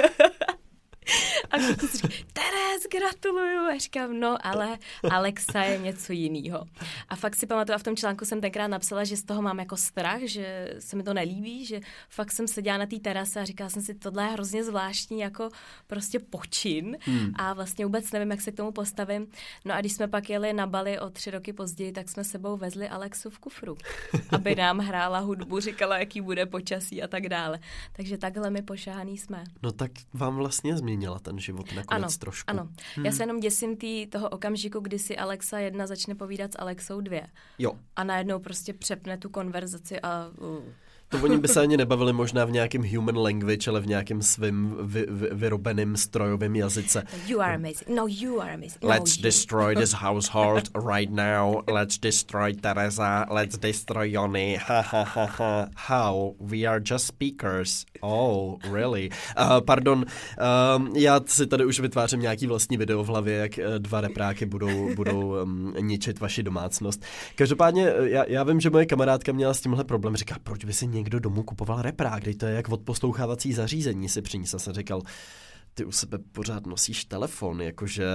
A všichni si říkají, Teres, gratuluju. A říkám, no, ale Alexa je něco jinýho. A fakt si pamatuju, a v tom článku jsem tenkrát napsala, že z toho mám jako strach, že se mi to nelíbí, že fakt jsem seděla na té terase a říkala jsem si, tohle je hrozně zvláštní jako prostě počin hmm. a vlastně vůbec nevím, jak se k tomu postavím. No a když jsme pak jeli na Bali o tři roky později, tak jsme sebou vezli Alexu v kufru, aby nám hrála hudbu, říkala, jaký bude počasí a tak dále. Takže takhle my pošahaný jsme. No tak vám vlastně změnila ten život nakonec ano, trošku. Ano, hmm. Já se jenom děsím tý, toho okamžiku, kdy si Alexa jedna začne povídat s Alexou dvě. Jo. A najednou prostě přepne tu konverzaci a... Uh. To oni by se ani nebavili možná v nějakém human language, ale v nějakém svým vy, vy, vyrobeným strojovém jazyce. You are amazing. No, you are amazing. No, Let's you. destroy this household right now. Let's destroy Teresa. Let's destroy Jony. Ha, ha, ha, ha. How? We are just speakers. Oh, really? Uh, pardon, uh, já si tady už vytvářím nějaký vlastní video v hlavě, jak uh, dva repráky budou, budou um, ničit vaši domácnost. Každopádně, já, já vím, že moje kamarádka měla s tímhle problém. Říká, proč by si někdo domů kupoval reprák, kde to je jak odposlouchávací zařízení, si přinísl. Jsem říkal, ty u sebe pořád nosíš telefon, jakože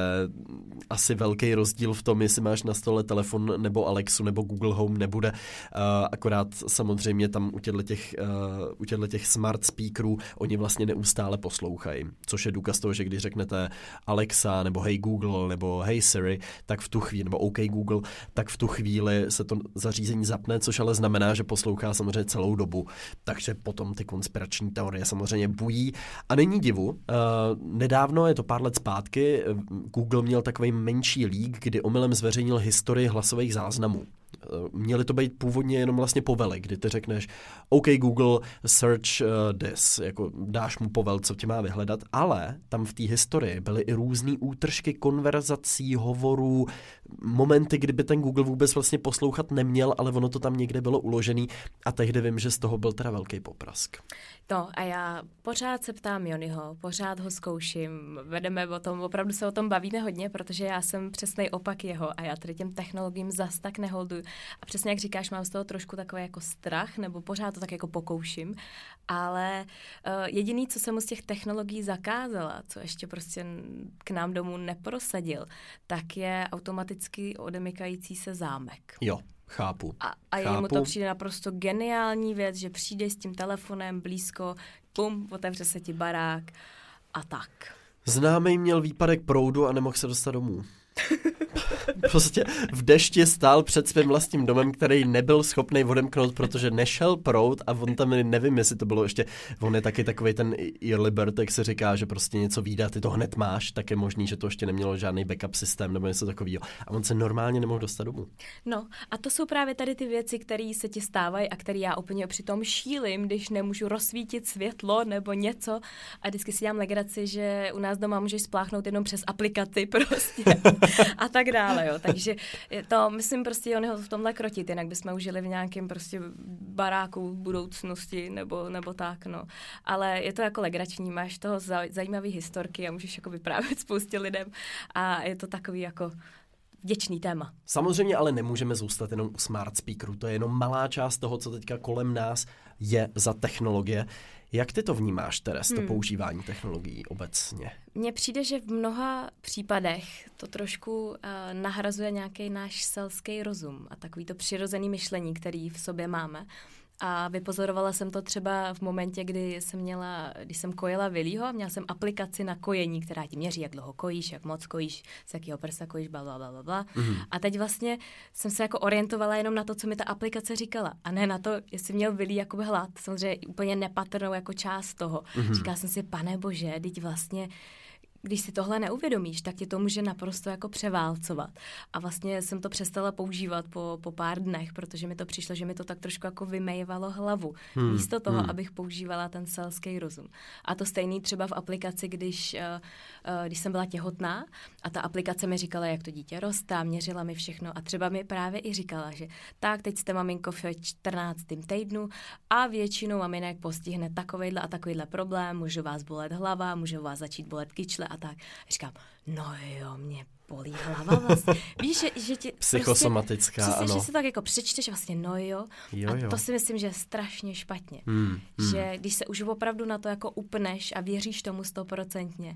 asi velký rozdíl v tom, jestli máš na stole telefon nebo Alexu nebo Google Home nebude. Uh, akorát samozřejmě tam u těchto těch, uh, u těchto těch smart speakerů oni vlastně neustále poslouchají, což je důkaz toho, že když řeknete Alexa nebo Hey Google nebo Hey Siri, tak v tu chvíli, nebo OK Google, tak v tu chvíli se to zařízení zapne, což ale znamená, že poslouchá samozřejmě celou dobu. Takže potom ty konspirační teorie samozřejmě bují. A není divu, uh, nedávno, je to pár let zpátky, Google měl takový menší leak, kdy omylem zveřejnil historii hlasových záznamů. Měly to být původně jenom vlastně povely, kdy ty řekneš OK Google, search uh, this, jako dáš mu povel, co tě má vyhledat, ale tam v té historii byly i různý útržky konverzací, hovorů, momenty, kdyby ten Google vůbec vlastně poslouchat neměl, ale ono to tam někde bylo uložený a tehdy vím, že z toho byl teda velký poprask. No a já pořád se ptám Jonyho, pořád ho zkouším, vedeme o tom, opravdu se o tom bavíme hodně, protože já jsem přesnej opak jeho a já tady těm technologiím zas tak neholduju. A přesně jak říkáš, mám z toho trošku takový jako strach, nebo pořád to tak jako pokouším, ale uh, jediný, co jsem mu z těch technologií zakázala, co ještě prostě k nám domů neprosadil, tak je automaticky odemykající se zámek. Jo. Chápu. A, a jemu to přijde naprosto geniální věc, že přijdeš s tím telefonem blízko, bum, otevře se ti barák a tak. Známej měl výpadek proudu a nemohl se dostat domů. Prostě v dešti stál před svým vlastním domem, který nebyl schopný odemknout, protože nešel proud a on tam, nevím, jestli to bylo ještě, on je taky takovej ten early bird, jak se říká, že prostě něco vyjde, ty to hned máš, tak je možný, že to ještě nemělo žádný backup systém nebo něco takového. A on se normálně nemohl dostat domů. No a to jsou právě tady ty věci, které se ti stávají a které já úplně přitom šílim, když nemůžu rozsvítit světlo nebo něco a vždycky si dělám legraci, že u nás doma můžeš spláchnout jenom přes aplikaci prostě a tak dále, jo. Takže to, myslím prostě, on ho v tomhle krotit, jinak bychom užili v nějakém prostě baráku v budoucnosti nebo, nebo tak, no. Ale je to jako legrační, máš toho zajímavý historky a můžeš jako vyprávět spoustě lidem a je to takový jako vděčný téma. Samozřejmě ale nemůžeme zůstat jenom u smart speakerů, to je jenom malá část toho, co teďka kolem nás je za technologie. Jak ty to vnímáš, Teres, to hmm. používání technologií obecně? Mně přijde, že v mnoha případech to trošku uh, nahrazuje nějaký náš selský rozum a takový to přirozený myšlení, který v sobě máme. A vypozorovala jsem to třeba v momentě, kdy jsem měla, když jsem kojila Vilího a měla jsem aplikaci na kojení, která ti měří, jak dlouho kojíš, jak moc kojíš, z jakého prsa kojíš, bla, bla, bla, bla. Mm. A teď vlastně jsem se jako orientovala jenom na to, co mi ta aplikace říkala. A ne na to, jestli měl Vilí jakoby hlad. Samozřejmě úplně nepatrnou jako část toho. Mm. Říkala jsem si, pane bože, teď vlastně když si tohle neuvědomíš, tak tě to může naprosto jako převálcovat. A vlastně jsem to přestala používat po, po pár dnech, protože mi to přišlo, že mi to tak trošku jako vymejvalo hlavu. Hmm. Místo toho, hmm. abych používala ten selský rozum. A to stejný třeba v aplikaci, když, uh, uh, když jsem byla těhotná a ta aplikace mi říkala, jak to dítě roste, měřila mi všechno a třeba mi právě i říkala, že tak, teď jste maminko v čtrnáctém týdnu a většinou maminek postihne takovejhle a takovýhle problém, může vás bolet hlava, může vás začít bolet kyčle a tak. A říkám, no jo, mě bolí hlava vlastně. Víš, že, že ti psychosomatická, prostě, ano. Že si tak jako přečteš vlastně, no jo. jo, jo. A to si myslím, že je strašně špatně. Hmm, hmm. Že když se už opravdu na to jako upneš a věříš tomu stoprocentně,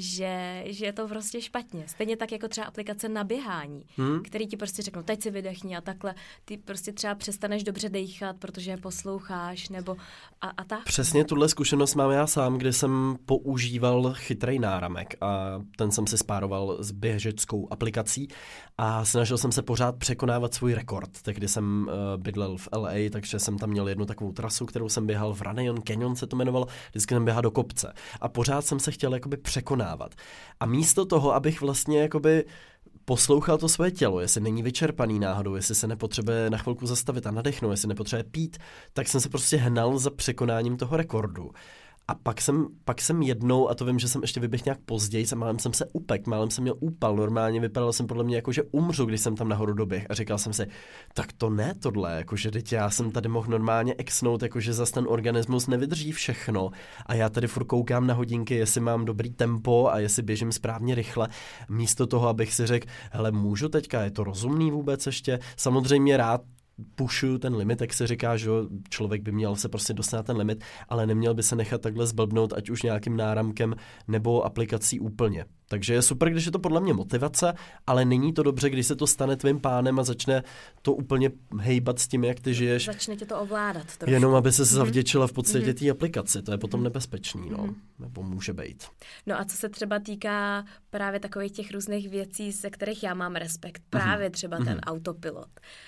že, že je to prostě špatně. Stejně tak jako třeba aplikace na běhání, hmm. který ti prostě řeknou, teď si vydechni a takhle. Ty prostě třeba přestaneš dobře dejchat, protože je posloucháš, nebo a, a tak. Přesně tuhle zkušenost mám já sám, kdy jsem používal chytrý náramek a ten jsem si spároval s běžeckou aplikací a snažil jsem se pořád překonávat svůj rekord. Tehdy jsem uh, bydlel v L A, takže jsem tam měl jednu takovou trasu, kterou jsem běhal v Runyon Canyon, se to jmenovalo, vždycky jsem běhal do kopce. A pořád jsem se chtěl jakoby překonávat. A místo toho, abych vlastně jakoby poslouchal to svoje tělo, jestli není vyčerpaný náhodou, jestli se nepotřebuje na chvilku zastavit a nadechnout, jestli nepotřebuje pít, tak jsem se prostě hnal za překonáním toho rekordu. A pak jsem, pak jsem jednou, a to vím, že jsem ještě vyběhl nějak později, a málem jsem se upek, málem jsem měl úpal, normálně vypadal jsem podle mě jako, že umřu, když jsem tam nahoru doběh a říkal jsem si, tak to ne tohle, jakože teď já jsem tady mohl normálně exnout, jakože zas ten organismus nevydrží všechno a já tady furt koukám na hodinky, jestli mám dobrý tempo a jestli běžím správně rychle, místo toho, abych si řekl, hele, můžu teďka, je to rozumný vůbec ještě, samozřejmě rád pushuju ten limit, jak se říká, že člověk by měl se prostě dostat na ten limit, ale neměl by se nechat takhle zblbnout, ať už nějakým náramkem nebo aplikací úplně. Takže je super, když je to podle mě motivace, ale není to dobře, když se to stane tvým pánem a začne to úplně hejbat s tím, jak ty žiješ. Začne tě to ovládat trošku. Jenom aby se zavděčila v podstatě mm-hmm. té aplikaci. To je potom nebezpečný, no. Mm-hmm. Nebo může být. No a co se třeba týká právě takových těch různých věcí, ze kterých já mám respekt. Právě třeba mm-hmm. ten autopilot.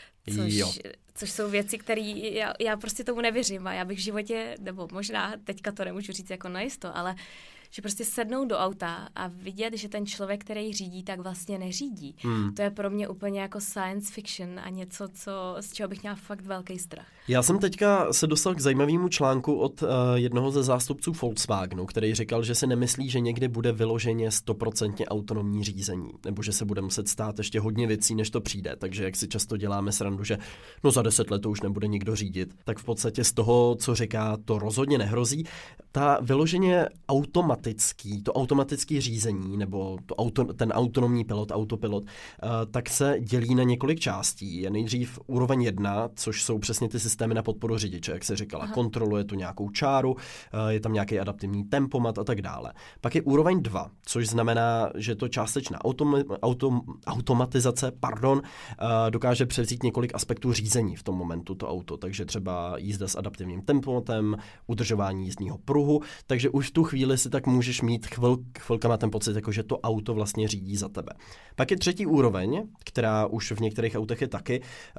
Což, což jsou věci, které já, já prostě tomu nevěřím a já bych v životě, nebo možná teďka to nemůžu říct jako najisto, ale že prostě sednout do auta a vidět, že ten člověk, který řídí, tak vlastně neřídí. Hmm. To je pro mě úplně jako science fiction a něco, co, z čeho bych měla fakt velký strach. Já jsem teďka se dostal k zajímavému článku od uh, jednoho ze zástupců Volkswagenu, který říkal, že si nemyslí, že někdy bude vyloženě stoprocentně autonomní řízení, nebo že se bude muset stát ještě hodně věcí, než to přijde. Takže jak si často děláme srandu, že no za deset let to už nebude nikdo řídit, tak v podstatě z toho, co říká, to rozhodně nehrozí. Ta vyloženě automatický, to automatické řízení, nebo to auto, ten autonomní pilot, autopilot, uh, tak se dělí na několik částí. Je nejdřív úroveň jedna, což jsou přesně ty systémy na podporu řidiče, jak se říkala. Aha. Kontroluje tu nějakou čáru, uh, je tam nějaký adaptivní tempomat a tak dále. Pak je úroveň dva, což znamená, že to částečná autom- autom- automatizace, pardon, uh, dokáže převzít několik aspektů řízení v tom momentu to auto. Takže třeba jízda s adaptivním tempomatem, udržování jízdního pruhu, takže už v tu chvíli si tak můžeš mít chvil, chvilkama ten pocit, jako že to auto vlastně řídí za tebe. Pak je třetí úroveň, která už v některých autech je taky,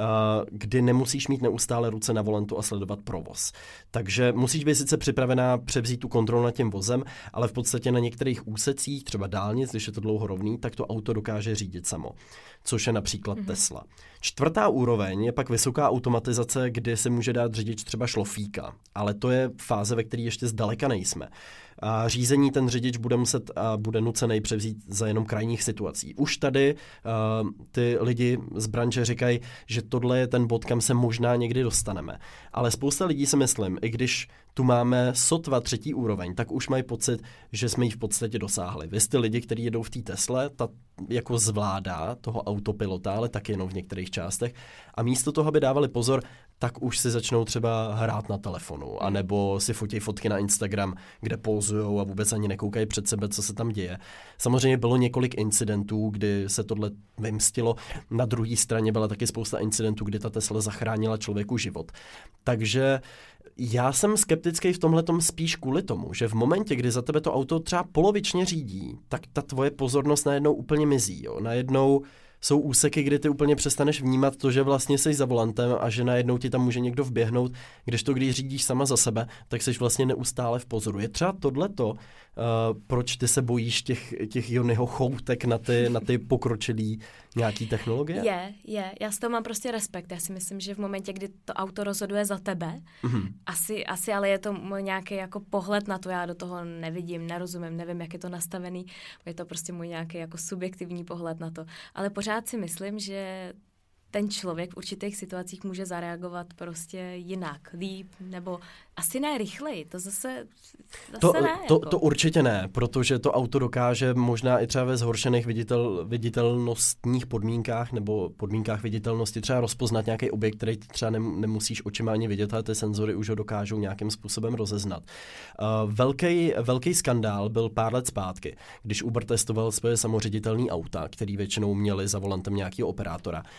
kdy nemusíš mít neustále ruce na volantu a sledovat provoz. Takže musíš být sice připravená převzít tu kontrolu nad tím vozem, ale v podstatě na některých úsecích, třeba dálnic, když je to dlouho rovný, tak to auto dokáže řídit samo, což je například mm-hmm. Tesla. Čtvrtá úroveň je pak vysoká automatizace, kdy se může dát řidič třeba šlofíka, ale to je fáze, ve které ještě zdaleka nejsme. A řízení ten řidič bude muset a bude nucený převzít za jenom krajních situací. Už tady uh, ty lidi z branže říkají, že tohle je ten bod, kam se možná někdy dostaneme. Ale spousta lidí si myslím, i když tu máme sotva třetí úroveň, tak už mají pocit, že jsme ji v podstatě dosáhli. Vy jste lidi, kteří jedou v té Tesle, ta jako zvládá toho autopilota, ale taky jenom v některých částech. A místo toho, aby dávali pozor, tak už si začnou třeba hrát na telefonu, anebo si fotí fotky na Instagram, kde pózujou a vůbec ani nekoukají před sebe, co se tam děje. Samozřejmě bylo několik incidentů, kdy se tohle vymstilo. Na druhé straně byla taky spousta incidentů, kdy ta Tesla zachránila člověku život. Takže já jsem skeptický v tomhletom spíš kvůli tomu, že v momentě, kdy za tebe to auto třeba polovičně řídí, tak ta tvoje pozornost najednou úplně mizí. Jo. Najednou jsou úseky, kdy ty úplně přestaneš vnímat to, že vlastně jsi za volantem a že najednou ti tam může někdo vběhnout, kdežto když řídíš sama za sebe, tak jsi vlastně neustále v pozoru. Je třeba tohleto, uh, proč ty se bojíš těch, těch Jonyho choutek na ty, na ty pokročilý nějaký technologie? Je, je. Já z toho mám prostě respekt. Já si myslím, že v momentě, kdy to auto rozhoduje za tebe, mm-hmm. asi, asi ale je to můj nějaký jako pohled na to, já do toho nevidím, nerozumím, nevím, jak je to nastavený, je to prostě můj nějaký jako subjektivní pohled na to. Ale pořád si myslím, že ten člověk v určitých situacích může zareagovat prostě jinak, líp, nebo asi ne rychleji, to zase, zase to, ne. To, jako. to určitě ne, protože to auto dokáže možná i třeba ve zhoršených viditel, viditelnostních podmínkách nebo podmínkách viditelnosti třeba rozpoznat nějaký objekt, který třeba nemusíš očima ani vidět, ale ty senzory už ho dokážou nějakým způsobem rozeznat. Uh, velký, velký skandál byl pár let zpátky, když Uber testoval svoje samoředitelné auta, který většinou měli za volantem nějakého operátora. A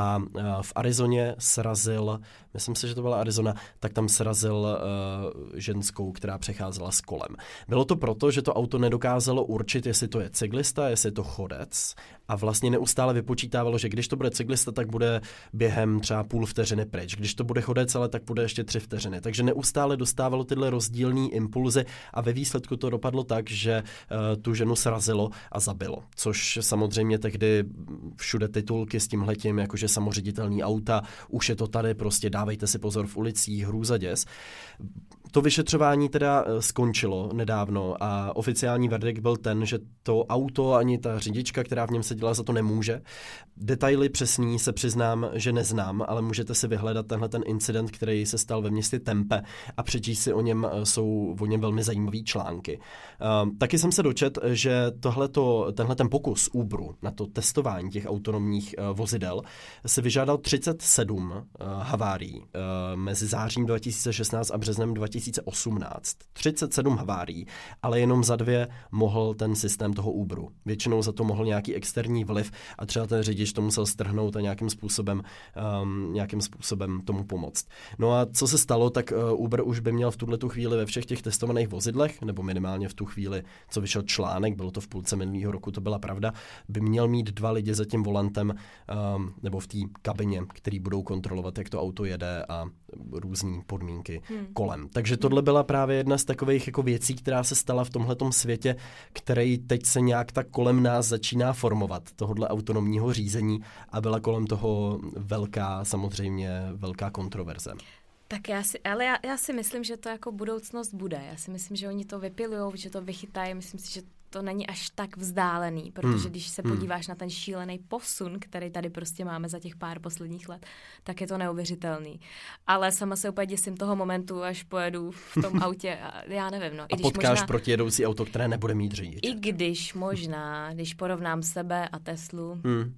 a v Arizoně srazil, myslím si, že to byla Arizona, tak tam srazil uh, ženskou, která přecházela s kolem. Bylo to proto, že to auto nedokázalo určit, jestli to je cyklista, jestli je to chodec a vlastně neustále vypočítávalo, že když to bude cyklista, tak bude během třeba půl vteřiny pryč. Když to bude chodec, ale tak bude ještě tři vteřiny. Takže neustále dostávalo tyhle rozdílný impulzy a ve výsledku to dopadlo tak, že uh, tu ženu srazilo a zabilo. Což samozřejmě tehdy všude titulky s tímhletím, jakože samoředitelný auta, už je to tady, prostě dávejte si pozor v ulicích, hrůza děs. To vyšetřování teda skončilo nedávno a oficiální verdikt byl ten, že to auto ani ta řidička, která v něm seděla, za to nemůže. Detaily přesný se přiznám, že neznám, ale můžete si vyhledat tenhle ten incident, který se stal ve městě Tempe a přečíst si o něm, jsou o něm velmi zajímavý články. Uh, taky jsem se dočet, že tohleto, tenhle ten pokus Uberu na to testování těch autonomních uh, vozidel se vyžádal třicet sedm uh, havárií uh, mezi zářím dva tisíce šestnáct a březnem dva tisíce osmnáct. třicet sedm havárií, ale jenom za dvě mohl ten systém toho Uberu. Většinou za to mohl nějaký externí vliv a třeba ten řidič to musel strhnout a nějakým způsobem, um, nějakým způsobem tomu pomoct. No a co se stalo, tak uh, Uber už by měl v tuhletu chvíli ve všech těch testovaných vozidlech, nebo minimálně v tu chvíli, co vyšel článek, bylo to v půlce minulého roku, to byla pravda, by měl mít dva lidi za tím volantem um, nebo v té kabině, který budou kontrolovat, jak to auto jede a různý podmínky hmm. kolem. Takže tohle byla právě jedna z takových jako věcí, která se stala v tomhletom světě, který teď se nějak tak kolem nás začíná formovat, tohodle autonomního řízení a byla kolem toho velká, samozřejmě velká kontroverze. Tak já si, ale já, já si myslím, že to jako budoucnost bude. Já si myslím, že oni to vypilujou, že to vychytají. Myslím si, že to není až tak vzdálený, protože hmm. když se podíváš hmm. na ten šílený posun, který tady prostě máme za těch pár posledních let, tak je to neuvěřitelný. Ale sama se úplně děsím toho momentu, až pojedu v tom autě a já nevím. No, a i když potkáš možná, protijedoucí auto, které nebude mít řidič. I když možná, když porovnám sebe a Teslu. Hmm.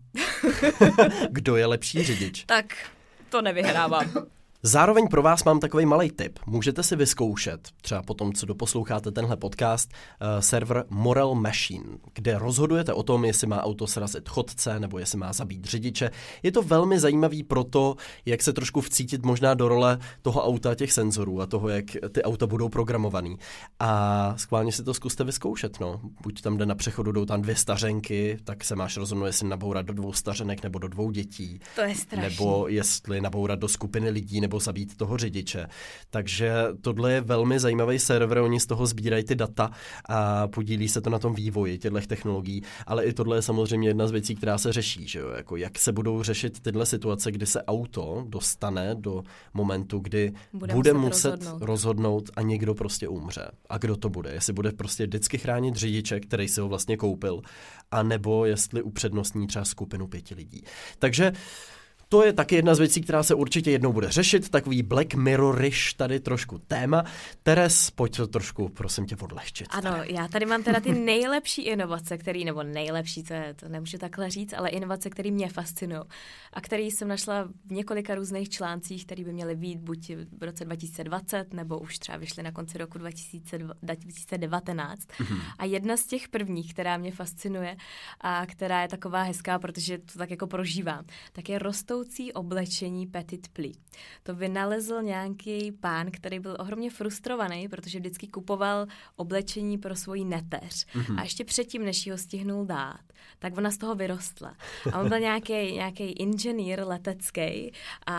Kdo je lepší řidič? Tak to nevyhrávám. Zároveň pro vás mám takový malý tip. Můžete si vyzkoušet, třeba po tom, co doposloucháte tenhle podcast, uh, server Moral Machine, kde rozhodujete o tom, jestli má auto srazit chodce nebo jestli má zabít řidiče. Je to velmi zajímavý pro to, jak se trošku vcítit možná do role toho auta, těch senzorů a toho, jak ty auta budou programovaný. A schválně si to zkuste vyzkoušet. No. Buď tam jde na přechodu, jdou tam dvě stařenky, tak se máš rozhodnout, jestli nabourat do dvou stařenek nebo do dvou dětí. To je strašný. Nebo jestli nabourat do skupiny lidí nebo zabít toho řidiče. Takže tohle je velmi zajímavý server, oni z toho sbírají ty data a podílí se to na tom vývoji těchto technologií, ale i tohle je samozřejmě jedna z věcí, která se řeší, že jo? Jako jak se budou řešit tyhle situace, kdy se auto dostane do momentu, kdy bude, bude muset rozhodnout. rozhodnout a někdo prostě umře. A kdo to bude? Jestli bude prostě vždycky chránit řidiče, který si ho vlastně koupil, a nebo jestli upřednostní třeba skupinu pěti lidí. Takže to je taky jedna z věcí, která se určitě jednou bude řešit, takový Black Mirror-ish tady trošku téma. Teres, pojď to trošku, prosím tě, odlehčit. Ano, tady. Já tady mám teda ty nejlepší inovace, které, nebo nejlepší, to, je, to nemůžu takhle říct, ale inovace, které mě fascinují a které jsem našla v několika různých článcích, které by měly být buď v roce dva tisíce dvacet, nebo už třeba vyšly na konci roku dva tisíce devatenáct. Mm-hmm. A jedna z těch prvních, která mě fascinuje a která je taková hezká, protože to tak jako prožívám, tak je rostou oblečení Petit Pli. To vynalezl nějaký pán, který byl ohromně frustrovaný, protože vždycky kupoval oblečení pro svoji neteř. Mm-hmm. A ještě předtím, než ji ho stihnul dát, tak ona z toho vyrostla. A on byl nějaký, nějaký inženýr letecký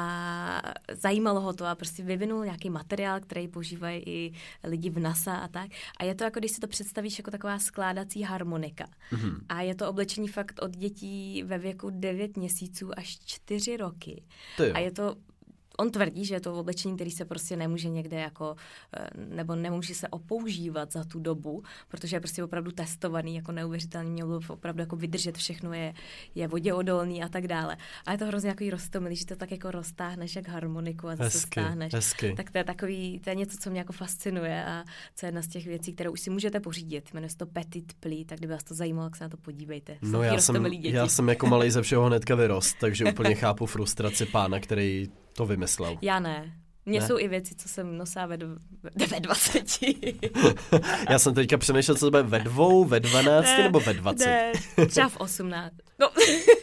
a zajímalo ho to a prostě vyvinul nějaký materiál, který používají i lidi v NASA a tak. A je to jako, když si to představíš jako taková skládací harmonika. Mm-hmm. A je to oblečení fakt od dětí ve věku devět měsíců až čtyři roky. A je to, on tvrdí, že je to oblečení, který se prostě nemůže někde jako, nebo nemůže se opoužívat za tu dobu, protože je prostě opravdu testovaný, jako neuvěřitelný, mělo opravdu jako vydržet všechno, je, je voděodolný a tak dále. A je to hrozně jako roztomilý, že to tak jako roztáhneš jak harmoniku a zase stáhneš. Hezky. Tak to je takový, to je něco, co mě jako fascinuje a co je jedna z těch věcí, kterou už si můžete pořídit. Jmenuje se to Petit Pli, tak kdyby vás to zajímalo, tak se na to podívejte. No já jsem, já jsem jako malej ze všeho hnedka vyrost, takže úplně chápu frustraci pána, který to vymyslel. Já ne. Mně jsou i věci, co jsem nosila ve, dv- ve dvaceti. Já jsem teďka přemýšlel, co to bude ve dvou, ve dvanácti ne, nebo ve dvaceti. Ne, třeba v osmnácti. No.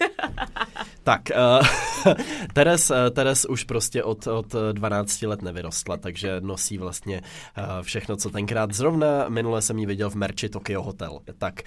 Tak, uh, Teres, Teres už prostě od, od dvanácti let nevyrostla, takže nosí vlastně uh, všechno, co tenkrát zrovna. Minule jsem ji viděl v merči Tokyo Hotel. Tak.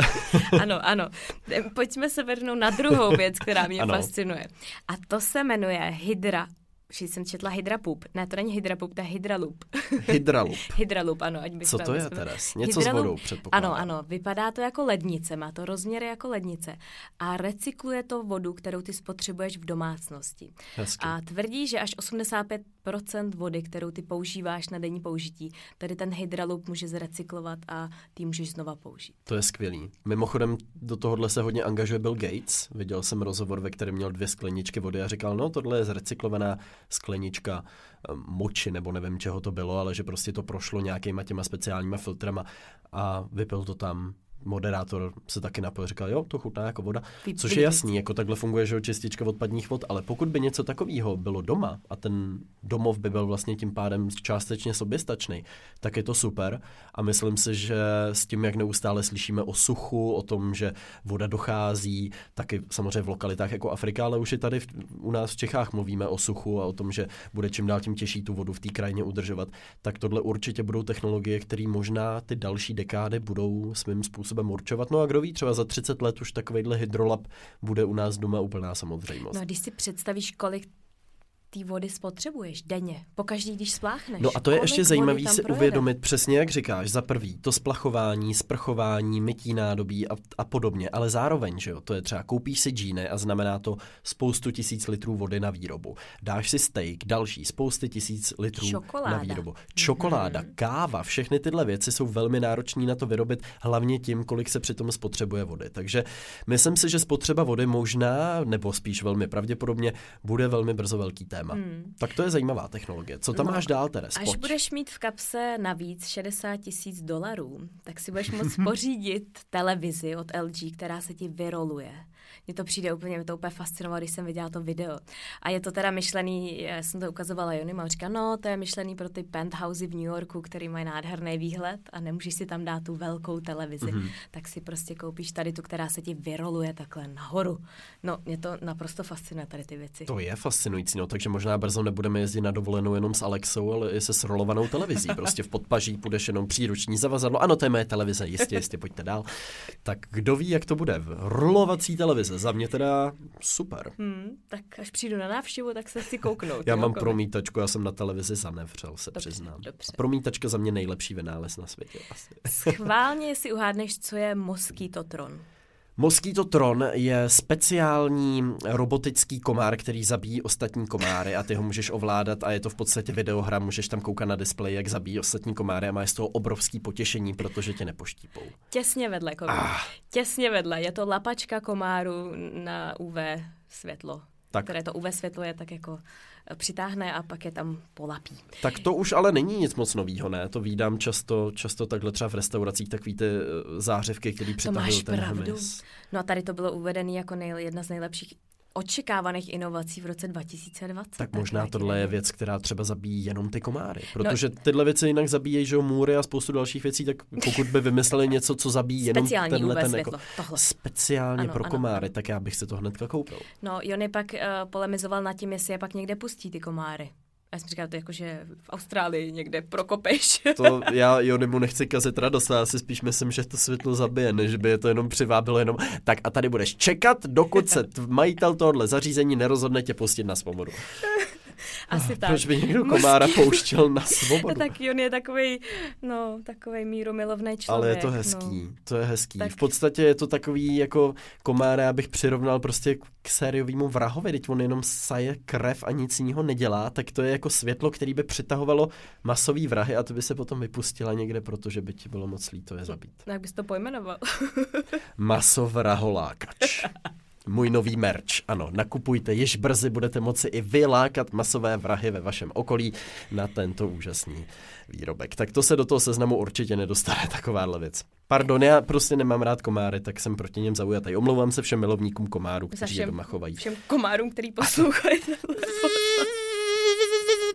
Ano, ano. Pojďme se vrhnout na druhou věc, která mě ano. fascinuje. A to se jmenuje Hydra. Vždyť jsem četla Hydra Poop. Ne, to není Hydra Poop, to je Hydra Loop. Hydra Loop. Hydra Loop, ano. Ať bych Co to je, myslela. Teres? Něco Hydra s vodou, Loop, předpokládám. ano, ano. Vypadá to jako lednice, má to rozměry jako lednice. A recykluje to vodu, kterou ty spotřebuješ v domácnosti. Hezky. A tvrdí, že až osmdesát pět procent vody, kterou ty používáš na denní použití, tady ten Hydra Loop může zrecyklovat a ty můžeš znova použít. To je skvělý. Mimochodem do tohohle se hodně angažuje Bill Gates. Viděl jsem rozhovor, ve kterém měl dvě skleničky vody a říkal, no tohle je zrecyklovaná sklenička moči, nebo nevím, čeho to bylo, ale že prostě to prošlo nějakýma těma speciálníma filtrama a vypil to tam. Moderátor se taky napojil, říkal, jo, to chutná jako voda, což je jasný, jako takhle funguje, že čistička odpadních vod, ale pokud by něco takového bylo doma a ten domov by byl vlastně tím pádem částečně soběstačný, tak je to super a myslím si, že s tím, jak neustále slyšíme o suchu, o tom, že voda dochází, taky samozřejmě v lokalitách jako Afrika, ale už i tady v, u nás v Čechách mluvíme o suchu a o tom, že bude čím dál tím těžší tu vodu v té krajině udržovat, tak tohle určitě budou technologie, které možná ty další dekády budou svým způsobem určovat. No a kdo ví, třeba za třicet let už takovejhle hydrolab bude u nás doma úplná samozřejmost. No a když si představíš, kolik té vody spotřebuješ denně, pokaždý, když spláchneš. No a to je ještě zajímavý si projede. uvědomit, přesně jak říkáš, za prvý, to splachování, sprchování, mytí nádobí a, a podobně, ale zároveň, že jo, to je třeba koupíš si džíny a znamená to spoustu tisíc litrů vody na výrobu. Dáš si steak, další, spousty tisíc litrů Čokoláda. na výrobu. Čokoláda, mm-hmm. káva, všechny tyhle věci jsou velmi náročné na to vyrobit, hlavně tím, kolik se přitom spotřebuje vody. Takže myslím si, že spotřeba vody možná, nebo spíš velmi pravděpodobně, bude velmi brzo velký téma. Hmm. Tak to je zajímavá technologie. Co tam no, máš dál, Teres? Až Pojď. budeš mít v kapse navíc šedesát tisíc dolarů, tak si budeš moct pořídit televizi od L G, která se ti vyroluje. Mně to přijde úplně, mě to úplně fascinovalo, když jsem viděla to video. A je to teda myšlený, já jsem to ukazovala Jonimu a říká, no to je myšlený pro ty penthousey v New Yorku, který mají nádherný výhled a nemůžeš si tam dát tu velkou televizi. Mm-hmm. Tak si prostě koupíš tady tu, která se ti vyroluje takhle nahoru. No, mě to naprosto fascinuje tady ty věci. To je fascinující, no, takže možná brzo nebudeme jezdit na dovolenou jenom s Alexou, ale i se srolovanou televizí. Prostě v podpaží půjdeš jenom příruční zavazadlo. Ano, to je moje televize, jistě, jistě, pojďte dál. Tak kdo ví, jak to bude? Rolovací televize, za mě teda super. Hmm, tak až přijdu na návštěvu, tak se chci kouknout. Já mám promítačku, já jsem na televizi zanevřel, se dobře, přiznám. Dobře. Promítačka za mě nejlepší vynález na světě. Asi. Schválně si uhádneš, co je Moskytotron. Moskytotron je speciální robotický komár, který zabíjí ostatní komáry a ty ho můžeš ovládat a je to v podstatě videohra, můžeš tam koukat na displeji, jak zabíjí ostatní komáry a máš z toho obrovský potěšení, protože tě nepoštípou. Těsně vedle, Kovi. Ah. Těsně vedle. Je to lapačka komáru na U V světlo, tak. Které to U V světlo je tak jako přitáhne a pak je tam polapí. Tak to už ale není nic moc novýho, ne? To vídám často, často takhle třeba v restauracích, takový ty zářivky, který přitahují ten hmyz. No a tady to bylo uvedené jako nej, jedna z nejlepších očekávaných inovací v roce dva tisíce dvacet. Tak možná tak tohle je věc, která třeba zabíjí jenom ty komáry. Protože no, tyhle věci jinak zabíjejí, že můry a spoustu dalších věcí, tak pokud by vymysleli něco, co zabíjí jenom tenhle ten jako speciálně ano, pro komáry, ano. tak já bych si to hnedka koupil. No, Jony pak uh, polemizoval nad tím, jestli je pak někde pustí ty komáry. Já jsem říkal, to jako, že v Austrálii někde prokopeš. To já Jonimu nechci kazit radost, já si spíš myslím, že to světlo zabije, než by je to jenom přivábilo jenom. Tak a tady budeš čekat, dokud se majitel tohohle zařízení nerozhodne tě pustit na svobodu. Asi oh, tak. Proč by někdo komára pouštěl na svobodu? Tak on je takovej, no, takovej mírumilovný člověk. Ale je to hezký, no. to je hezký. Tak. V podstatě je to takový jako komára, já bych přirovnal prostě k sériovému vrahovi, teď on jenom saje krev a nic jiného nedělá, tak to je jako světlo, který by přitahovalo masový vrahy a to by se potom vypustila někde, protože by ti bylo moc líto je zabít. Jak bys to pojmenoval? Masovraholákač. Můj nový merch, ano, nakupujte, již brzy budete moci i vylákat masové vrahy ve vašem okolí na tento úžasný výrobek. Tak to se do toho seznamu určitě nedostane, takováhle věc. Pardon, já prostě nemám rád komáry, tak jsem proti něm zaujatý. Omlouvám se všem milovníkům komárů, kteří je doma chovají. Všem komárům, který poslouchají.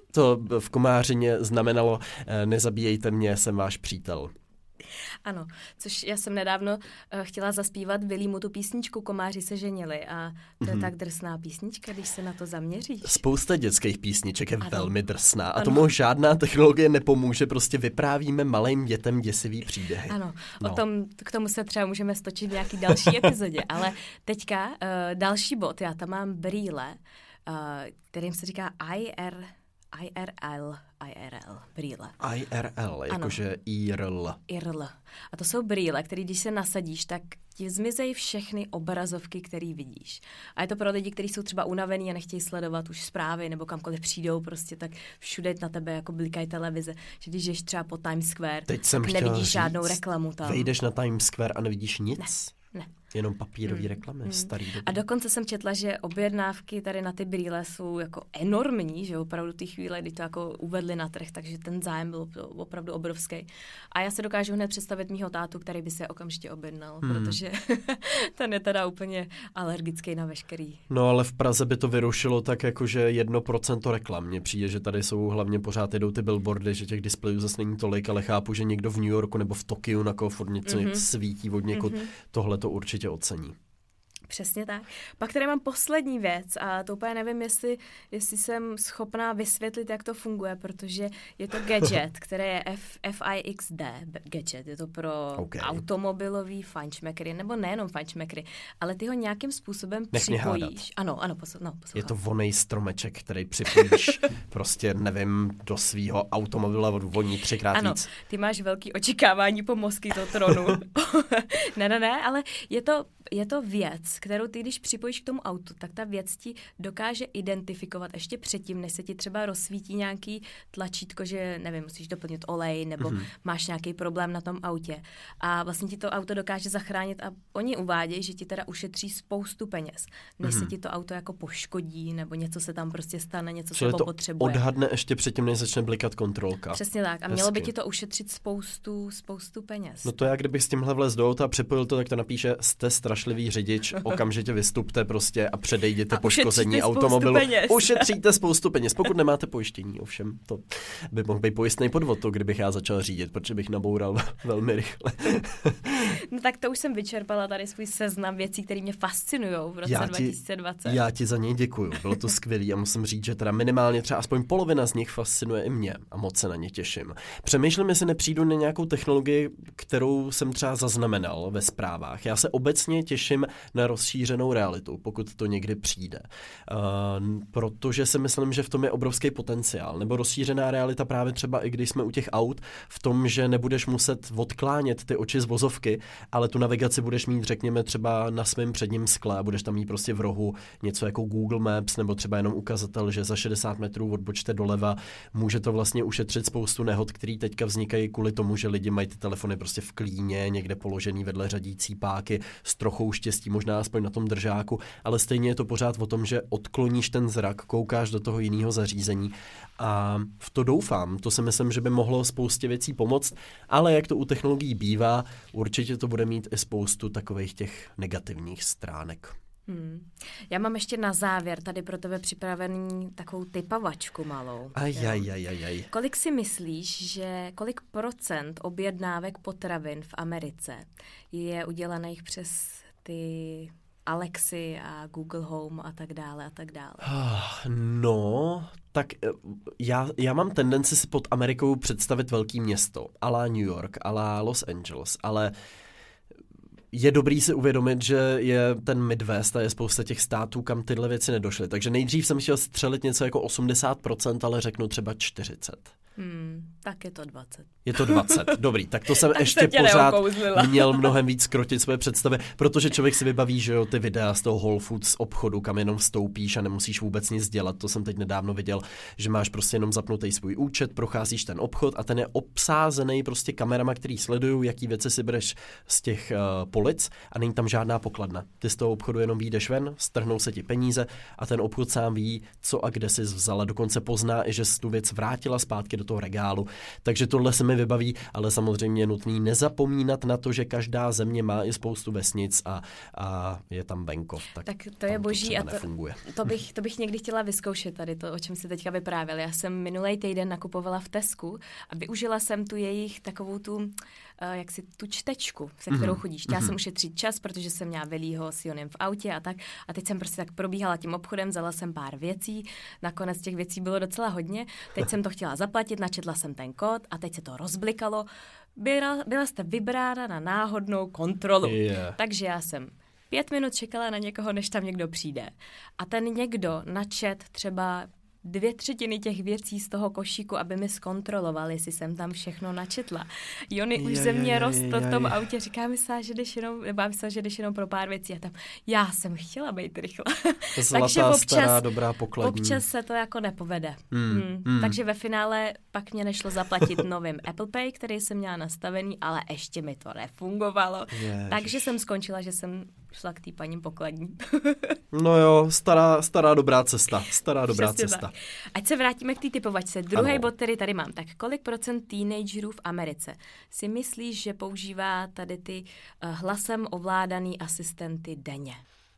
To v Komářině znamenalo nezabíjejte mě, jsem váš přítel. Ano, což já jsem nedávno uh, chtěla zaspívat Vilímu tu písničku Komáři se ženili a to je mm-hmm. tak drsná písnička, když se na to zaměříš. Spousta dětských písniček je ano. velmi drsná a ano. tomu žádná technologie nepomůže, prostě vyprávíme malým dětem děsivý příběhy. Ano, no. o tom, k tomu se třeba můžeme stočit v nějaký další epizodě, ale teďka uh, další bod, já tam mám brýle, uh, kterým se říká I R I R L, I R L, brýle. I R L, jakože I R L. I R L. A to jsou brýle, které když se nasadíš, tak ti zmizejí všechny obrazovky, které vidíš. A je to pro lidi, kteří jsou třeba unavený a nechtějí sledovat už zprávy nebo kamkoliv přijdou, prostě tak všude na tebe jako blikají televize. Že když jdeš třeba po Times Square, teď jsem tak nevidíš říct, žádnou reklamu tam. Vejdeš na Times Square a nevidíš nic? Ne. Ne. Jenom papírový mm. reklamy, mm. starý doby. A dokonce jsem četla, že objednávky tady na ty brýle jsou jako enormní, že opravdu ty chvíle, kdy to jako uvedli na trh, takže ten zájem byl opravdu obrovský. A já se dokážu hned představit mýho tátu, který by se okamžitě objednal, mm. protože ten je teda úplně alergický na veškerý. No ale v Praze by to vyrušilo tak jakože jedno procento reklam. Mně přijde, že tady jsou hlavně pořád jedou ty billboardy, že těch displejů zase není tolik, ale chápu, že někdo v New Yorku nebo v Tokiu na koho furt něco mm-hmm. svítí od někud, mm-hmm. tohle to určitě ocení. Přesně tak. Pak tady mám poslední věc a to úplně nevím, jestli, jestli jsem schopná vysvětlit, jak to funguje, protože je to gadget, který je F, F I X D gadget. Je to pro okay. automobilový fajnšmekry, nebo nejenom fajnšmekry, ale ty ho nějakým způsobem Nech připojíš. Ano, ano, posl- no, je to vonej stromeček, který připojíš prostě, nevím, do svýho automobila, voní třikrát ano, víc. Ty máš velký očekávání po Moskytotronu. ne, ne, ne, ale je to, je to věc, kterou ty, když připojíš k tomu autu, tak ta věc ti dokáže identifikovat ještě předtím, než se ti třeba rozsvítí nějaký tlačítko, že nevím, musíš doplnit olej, nebo mm-hmm. máš nějaký problém na tom autě. A vlastně ti to auto dokáže zachránit a oni uvádějí, že ti teda ušetří spoustu peněz, než mm-hmm. se ti to auto jako poškodí, nebo něco se tam prostě stane, něco Čili se to popotřebuje. odhadne ještě předtím, než začne blikat kontrolka. Přesně tak. A Hezky. mělo by ti to ušetřit spoustu, spoustu peněz. No to já, kdybych s tímhle vlez do auta a připojil to, tak to napíše, jste strašlivý řidič, okamžitě vystupte prostě a předejděte a poškození automobilu. Peněz. Ušetříte spoustu peněz, pokud nemáte pojištění, ovšem. To by mohl být pojistný podvod, to, kdybych já začal řídit, protože bych naboural velmi rychle. No tak to už jsem vyčerpala tady svůj seznam věcí, které mě fascinují v roce já ti, dva tisíce dvacet. Já ti za něj děkuju, bylo to skvělý a musím říct, že teda minimálně třeba aspoň polovina z nich fascinuje i mě a moc se na ně těším. Přemýšlím, jestli nepřijdu na nějakou technologii, kterou jsem třeba zaznamenal ve zprávách. Já se obecně těším na rozšířenou realitu, pokud to někdy přijde. Uh, protože si myslím, že v tom je obrovský potenciál. Nebo rozšířená realita právě třeba i když jsme u těch aut, v tom, že nebudeš muset odklánět ty oči z vozovky, ale tu navigaci budeš mít, řekněme, třeba na svém předním skle a budeš tam mít prostě v rohu něco jako Google Maps nebo třeba jenom ukazatel, že za šedesát metrů odbočte doleva. Může to vlastně ušetřit spoustu nehod, které teďka vznikají kvůli tomu, že lidi mají ty telefony prostě v klíně, někde položený vedle řadící páky, s trochou štěstí možná aspoň na tom držáku, ale stejně je to pořád o tom, že odkloníš ten zrak, koukáš do toho jiného zařízení a v to doufám. To si myslím, že by mohlo spoustě věcí pomoct, ale jak to u technologií bývá, určitě to bude mít i spoustu takových těch negativních stránek. Hmm. Já mám ještě na závěr tady pro tebe připravený takovou typavačku malou. Ajajajajaj. Kolik si myslíš, že kolik procent objednávek potravin v Americe je udělaných přes ty Alexy a Google Home a tak dále a tak dále? No, tak já, já mám tendenci si pod Amerikou představit velký město, a la New York, a la Los Angeles, ale je dobrý si uvědomit, že je ten Midwest a je spousta těch států, kam tyhle věci nedošly. Takže nejdřív jsem chtěl střelit něco jako osmdesát procent, ale řeknu třeba čtyřicet procent. Hmm, tak je to dvacet. Je to dvacet, dobrý, tak to jsem tak ještě pořád neokouzlila. Měl mnohem víc krotit svoje představy, protože člověk si vybaví, že jo, ty videa z toho Whole Foods obchodu, kam jenom vstoupíš a nemusíš vůbec nic dělat, to jsem teď nedávno viděl, že máš prostě jenom zapnutý svůj účet, procházíš ten obchod a ten je obsázený prostě kamerama, který sledují, jaký věci si bereš z těch uh, polic a není tam žádná pokladna. Ty z toho obchodu jenom vyjdeš ven, strhnou se ti peníze a ten obchod sám ví, co a kde jsi vzala, dokonce pozná i, že jsi tu věc vrátila zpátky do toho regálu. Takže tohle se mi vybaví, ale samozřejmě je nutný nezapomínat na to, že každá země má i spoustu vesnic a, a je tam venkov. Tak, tak to je boží to a to, to, bych, to bych někdy chtěla vyzkoušet tady to, o čem si teďka vyprávěl. Já jsem minulý týden nakupovala v Tesku a využila jsem tu jejich takovou tu, uh, jak si tu čtečku, se kterou chodíš. Chtěla mm-hmm. jsem ušetřit čas, protože jsem měla Velího s Jonem v autě a tak. A teď jsem prostě tak probíhala tím obchodem, vzala jsem pár věcí, nakonec těch věcí bylo docela hodně. Teď jsem to chtěla zaplatit, načetla jsem ten kód a teď se to rozblikalo. Byla, byla jste vybrána na náhodnou kontrolu. Yeah. Takže já jsem pět minut čekala na někoho, než tam někdo přijde. A ten někdo načet třeba dvě třetiny těch věcí z toho košíku, aby mi zkontroloval, jestli jsem tam všechno načetla. Jony už ze mě rostl v tom autě, říká mi se, že jdeš jenom, nebo myslím, že jdeš jenom pro pár věcí a tam já jsem chtěla být rychle. Takže občas, stará, dobrá pokladní. Občas se to jako nepovede. Hmm, hmm. Hmm. Takže ve finále pak mě nešlo zaplatit novým Apple Pay, který jsem měla nastavený, ale ještě mi to nefungovalo. Ježiš. Takže jsem skončila, že jsem šla k té paní pokladní. No jo, stará, stará dobrá cesta. Stará dobrá Přesně cesta. Tak. Ať se vrátíme k té typovačce. Druhý bod, který tady mám. Tak kolik procent teenagerů v Americe si myslíš, že používá tady ty uh, hlasem ovládaný asistenty denně?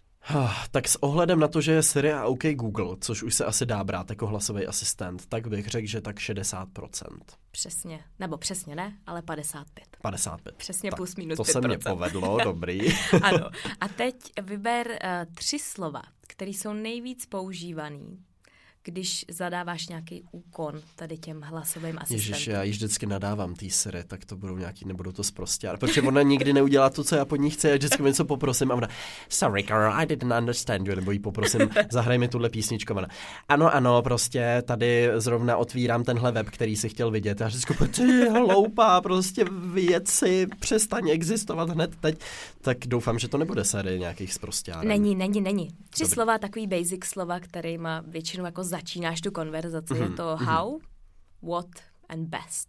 Tak s ohledem na to, že je Siri a OK Google, což už se asi dá brát jako hlasový asistent, tak bych řekl, že tak šedesát procent. Přesně. Nebo přesně ne, ale padesát pět. padesát pět. Přesně tak plus minus to pět procent. To se mě povedlo, dobrý. Ano. A teď vyber uh, tři slova, které jsou nejvíc používaný, když zadáváš nějaký úkon tady těm hlasovým asistentům. Ježiš, já již vždycky nadávám tý Siri, tak to budou nějaký, nebudou to sprostěr. Protože ona nikdy neudělá to, co já po ní chci, já vždycky něco poprosím a ona, sorry girl, I didn't understand you, nebo jí poprosím, zahraj mi tuhle písničku. Ona, ano, ano, prostě tady zrovna otvírám tenhle web, který si chtěl vidět. Já vždycky, ty hloupá, prostě věci, přestaň existovat hned teď. Tak doufám, že to nebude série nějakých sprostěrů. Není, není, není. Tři Dobrý. slova, takový basic slova, který má většinou jako začínáš tu konverzaci. Mm-hmm. Je to how, what and best.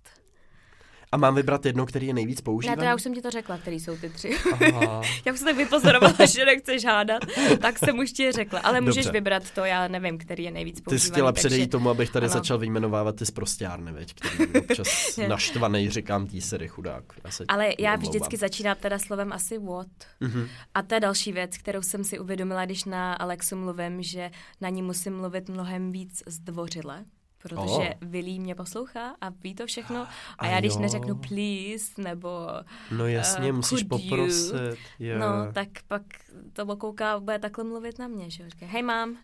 A mám vybrat jedno, který je nejvíc používaný? Ne, to já už jsem ti to řekla, který jsou ty tři. Já už jsem tak vypozorovala, že nechceš hádat, tak jsem už ti je řekla. Ale můžeš Dobře. vybrat to, já nevím, který je nejvíc používaný. Ty jsi chtěla takže... předejít tomu, abych tady ano. začal vyjmenovávat ty sprosťárny, veď, který občas naštvanej říkám tý Siri chudák. Já Ale já vždycky začínám teda slovem asi what. Mm-hmm. A to je další věc, kterou jsem si uvědomila, když na Alexu mluvím, že na ní musím mluvit mnohem víc zdvořile. Protože oh. Vilí mě poslouchá a ví to všechno. A, a já když jo. neřeknu please, nebo no jasně, uh, musíš poprosit. Yeah. No, tak pak to okouká, bude takhle mluvit na mě, že říká, hey mom.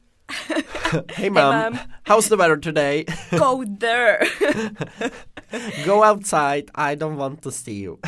Hey mom, hey, mom. How's the weather today? Go there. Go outside, I don't want to see you.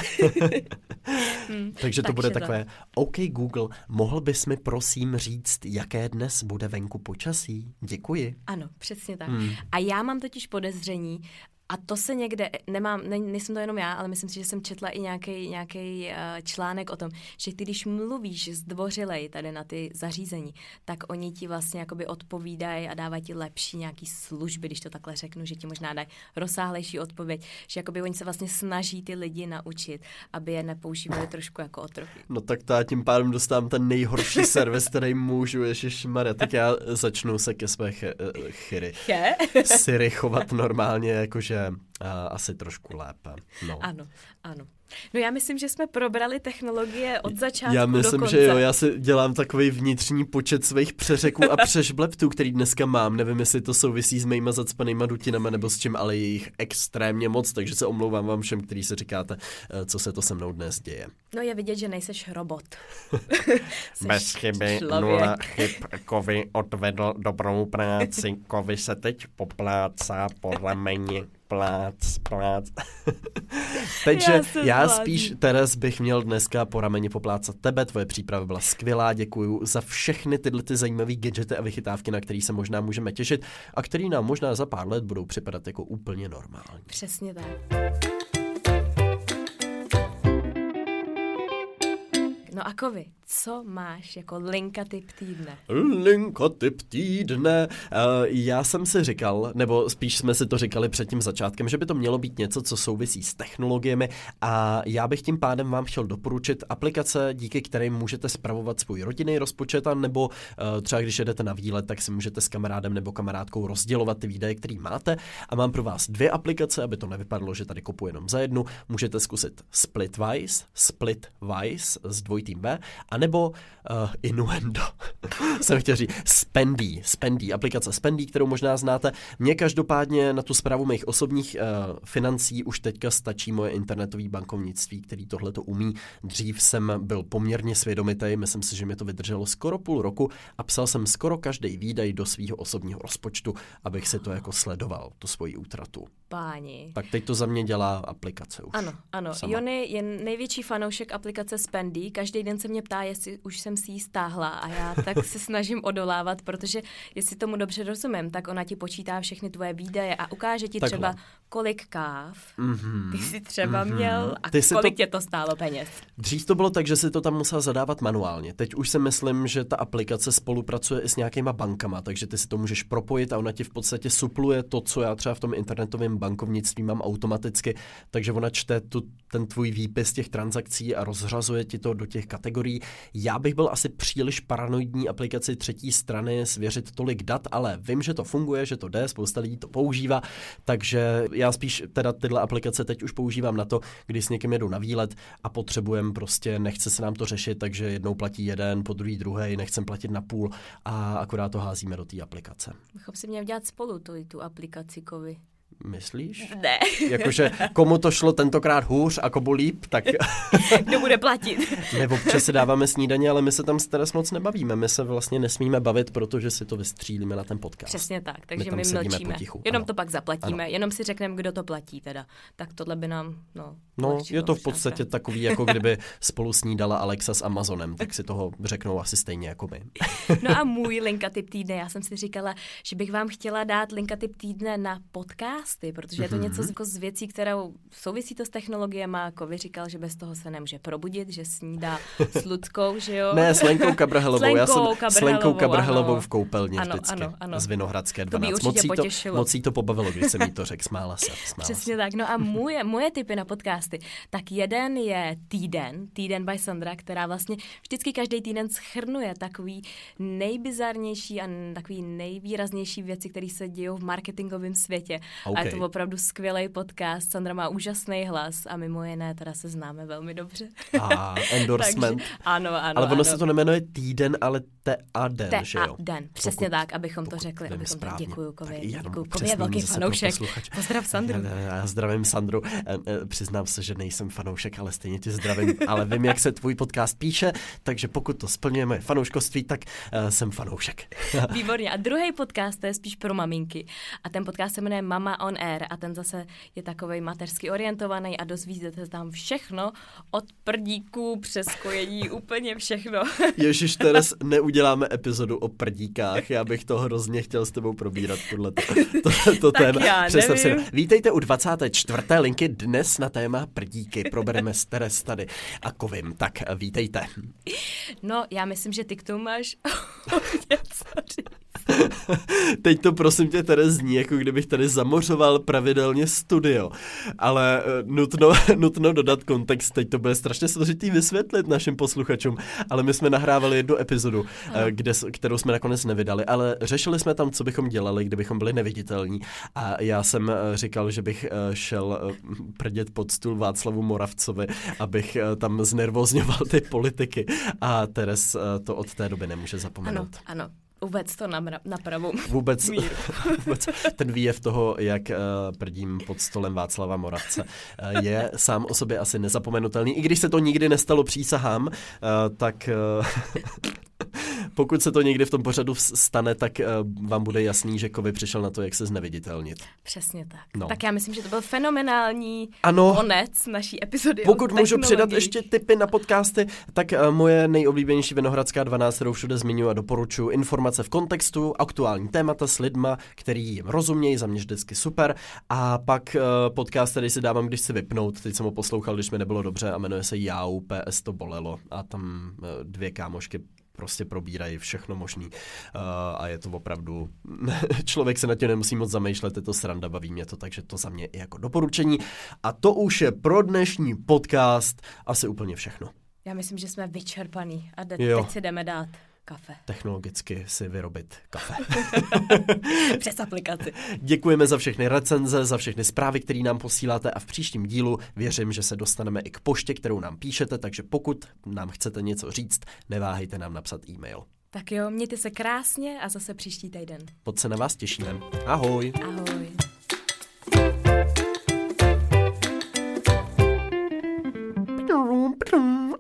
hmm, Takže to tak bude takové, to. OK Google, mohl bys mi prosím říct, jaké dnes bude venku počasí? Děkuji. Ano, přesně tak. Hmm. A já mám totiž podezření, a to se někde, nemám, ne, nejsem to jenom já, ale myslím si, že jsem četla i nějaký nějaký uh, článek o tom, že ty, když mluvíš zdvořilej tady na ty zařízení, tak oni ti vlastně jakoby odpovídají a dávají ti lepší nějaký služby, když to takhle řeknu, že ti možná dají rozsáhlejší odpověď, že jakoby oni se vlastně snaží ty lidi naučit, aby je nepoužívali trošku jako otroky. No tak to já tím pádem dostávám ten nejhorší servis, který můžu, ježišmarja, tak já začnu se ke své ch- chyry. Siri chovat normálně, jakože uh, asi trošku lépe. No. Ano, ano. No já myslím, že jsme probrali technologie od začátku Já myslím, do konce. že jo, já si dělám takový vnitřní počet svých přeřeků a přežbleptů, který dneska mám. Nevím, jestli to souvisí s mýma zacpanýma dutinama nebo s čím, ale je jich extrémně moc, takže se omlouvám vám všem, kteří se říkáte, co se to se mnou dnes děje. No je vidět, že nejseš robot. Bez chyby, člověk. Nula chyb, Kovy odvedl dobrou práci, Kovy se teď poplácá po rameni. Plác, plác. Takže já, já spíš, Teres, bych měl dneska po rameni poplácat tebe, tvoje příprava byla skvělá, děkuju za všechny tyhle ty zajímavé gadgety a vychytávky, na který se možná můžeme těšit a který nám možná za pár let budou připadat jako úplně normální. Přesně tak. No a Kovy, co máš jako linka tip týdne? Linka tip týdne. Uh, já jsem si říkal, nebo spíš jsme si to říkali před tím začátkem, že by to mělo být něco, co souvisí s technologiemi a já bych tím pádem vám chtěl doporučit aplikace, díky kterým můžete spravovat svůj rodinný rozpočet a nebo uh, třeba když jedete na výlet, tak si můžete s kamarádem nebo kamarádkou rozdělovat ty výdaje, které máte a mám pro vás dvě aplikace, aby to nevypadalo, že tady kopu jenom za jednu. Můžete zkusit Splitwise, Splitwise s dvojitým B, anebo uh, Innuendo. Jsem chtěl říct Spendy, Spendy, aplikace Spendy, kterou možná znáte. Mně každopádně na tu správu mých osobních uh, financí už teďka stačí moje internetové bankovnictví, který tohle to umí. Dřív jsem byl poměrně svědomitý, myslím si, že mi to vydrželo skoro půl roku a psal jsem skoro každý výdaj do svého osobního rozpočtu, abych si to jako sledoval, tu svoji útratu. Páni. Tak teď to za mě dělá aplikace už. Ano, ano. Sama. Jony je největší fanoušek aplikace Spendy. Každý den se mě ptá, jestli už jsem si ji stáhla a já tak se snažím odolávat, protože jestli tomu dobře rozumím, tak ona ti počítá všechny tvoje výdaje a ukáže ti Takhle. třeba, kolik káv mm-hmm. ty jsi třeba mm-hmm. měl a ty kolik to... tě to stálo peněz. Dřív to bylo tak, že si to tam musel zadávat manuálně. Teď už si myslím, že ta aplikace spolupracuje i s nějakýma bankama, takže ty si to můžeš propojit a ona ti v podstatě supluje to, co já třeba v tom internetovém bankovnictví mám automaticky, takže ona čte tu, ten tvůj výpis těch transakcí a rozřazuje ti to do těch kategorií. Já bych byl asi příliš paranoidní aplikaci třetí strany svěřit tolik dat, ale vím, že to funguje, že to jde, spousta lidí to používá, takže já spíš teda tyhle aplikace teď už používám na to, když s někým jedu na výlet a potřebujem prostě, nechce se nám to řešit, takže jednou platí jeden, po druhý druhý, nechcem platit na půl a akorát to házíme do té aplikace. Bychom si měli dělat spolu tu, tu aplikaci, Kovy. Myslíš? Ne. Jakože komu to šlo tentokrát hůř a komu líp, tak... Kdo bude platit? Nebo občas si dáváme snídaně, ale my se tam teraz moc nebavíme. My se vlastně nesmíme bavit, protože si to vystřílíme na ten podcast. Přesně tak, takže my, my mlčíme. Potichu. Jenom ano. to pak zaplatíme, ano. jenom si řekneme, kdo to platí teda. Tak tohle by nám, no... No, je to v podstatě takový, jako kdyby spolu snídala Alexa s Amazonem, tak si toho řeknou asi stejně jako my. No a můj linka tip týdne, já jsem si říkala, že bych vám chtěla dát linka tip týdne na podcasty, protože je to něco jako z věcí, kterou souvisí to s technologiemi. Kovy říkal, že bez toho se nemůže probudit, že snídá s Luckou, že jo? Ne, s Lenkou Kabrhelovou. Já jsem s Lenkou Kabrhelovou v koupelně ano, vždycky. Ano, ano. Z Vinohradské dvanáct. To moc, to, moc jí to pobavilo, když jsem jí to řekl. Smála se. Smála Přesně se. tak. No a moje, moje tipy na podcasty. Tak jeden je Týden, Týden by Sandra, která vlastně vždycky každý týden shrnuje takový nejbizarnější a takový nejvýraznější věci, které se dějou v marketingovém světě. Okay. A je to opravdu skvělý podcast. Sandra má úžasný hlas a mimo jiné teda se známe velmi dobře. A endorsement. Takže, ano, ano. Ale ono ano. se to nejmenuje Týden, ale te a den, te že jo? a den, přesně pokud, tak, abychom to řekli. Abychom to děkuju, Kově. Děkuju, Kově je velký fanoušek. Pozdrav Sandru. Já, já zdravím Sandru. Přiznám se, že nejsem fanoušek, ale stejně tě zdravím. Ale vím, jak se tvůj podcast píše, takže pokud to splňuje moje fanouškovství, tak uh, jsem fanoušek. Výborně. A druhý podcast to je spíš pro maminky. A ten podcast se jmenuje Mama on Air a ten zase je takovej mateřsky orientovaný a dozvíte tam všechno od prdíků přes kojení, úplně všechno. Ježiš, teraz neuděláme epizodu o prdíkách, já bych to hrozně chtěl s tebou probírat, tohle to, to, to téma. Představ si. Vítejte u dvacáté čtvrté linky dnes na téma prdíky. Probereme s Teres tady a Kovím. Tak vítejte. No, já myslím, že ty k tomu máš něco říct. Teď to prosím tě Teres zní, jako kdybych tady zamořoval pravidelně studio, ale nutno, nutno dodat kontext, teď to bude strašně složitý vysvětlit našim posluchačům, ale my jsme nahrávali jednu epizodu, kde, kterou jsme nakonec nevydali, ale řešili jsme tam, co bychom dělali, kdybychom byli neviditelní a já jsem říkal, že bych šel prdět pod stůl Václavu Moravcovi, abych tam znervozňoval ty politiky a Teres to od té doby nemůže zapomenout. Ano, ano. Vůbec to na, na pravou vůbec, vůbec ten výjev toho, jak uh, prdím pod stolem Václava Moravce, uh, je sám o sobě asi nezapomenutelný. I když se to nikdy nestalo, přísahám, uh, tak... Uh, pokud se to někdy v tom pořadu stane, tak uh, vám bude jasný, že Kovy přišel na to, jak se zneviditelnit. Přesně tak. No. Tak já myslím, že to byl fenomenální ano, konec naší epizody. Pokud můžu přidat ještě tipy na podcasty, tak uh, moje nejoblíbenější Vinohradská dvanáct, kterou všude zmiňuji a doporučuji, informace v kontextu, aktuální témata s lidma, který jim rozumějí, za mě vždycky super. A pak uh, podcast, který si dávám, když si vypnout. Teď jsem ho poslouchal, když mi nebylo dobře a jmenuje se Jau, P S to bolelo. A tam uh, dvě kámošky prostě probírají všechno možný. Uh, a je to opravdu... Člověk se na tě nemusí moc zamýšlet, je to sranda, baví mě to, takže to za mě i jako doporučení. A to už je pro dnešní podcast asi úplně všechno. Já myslím, že jsme vyčerpaný a de- teď si jdeme dát kafe. Technologicky si vyrobit kafe. Přes aplikaci. Děkujeme za všechny recenze, za všechny zprávy, které nám posíláte a v příštím dílu věřím, že se dostaneme i k poště, kterou nám píšete, takže pokud nám chcete něco říct, neváhejte nám napsat e-mail. Tak jo, mějte se krásně a zase příští týden. Moc se na vás těšíme. Ahoj. Ahoj.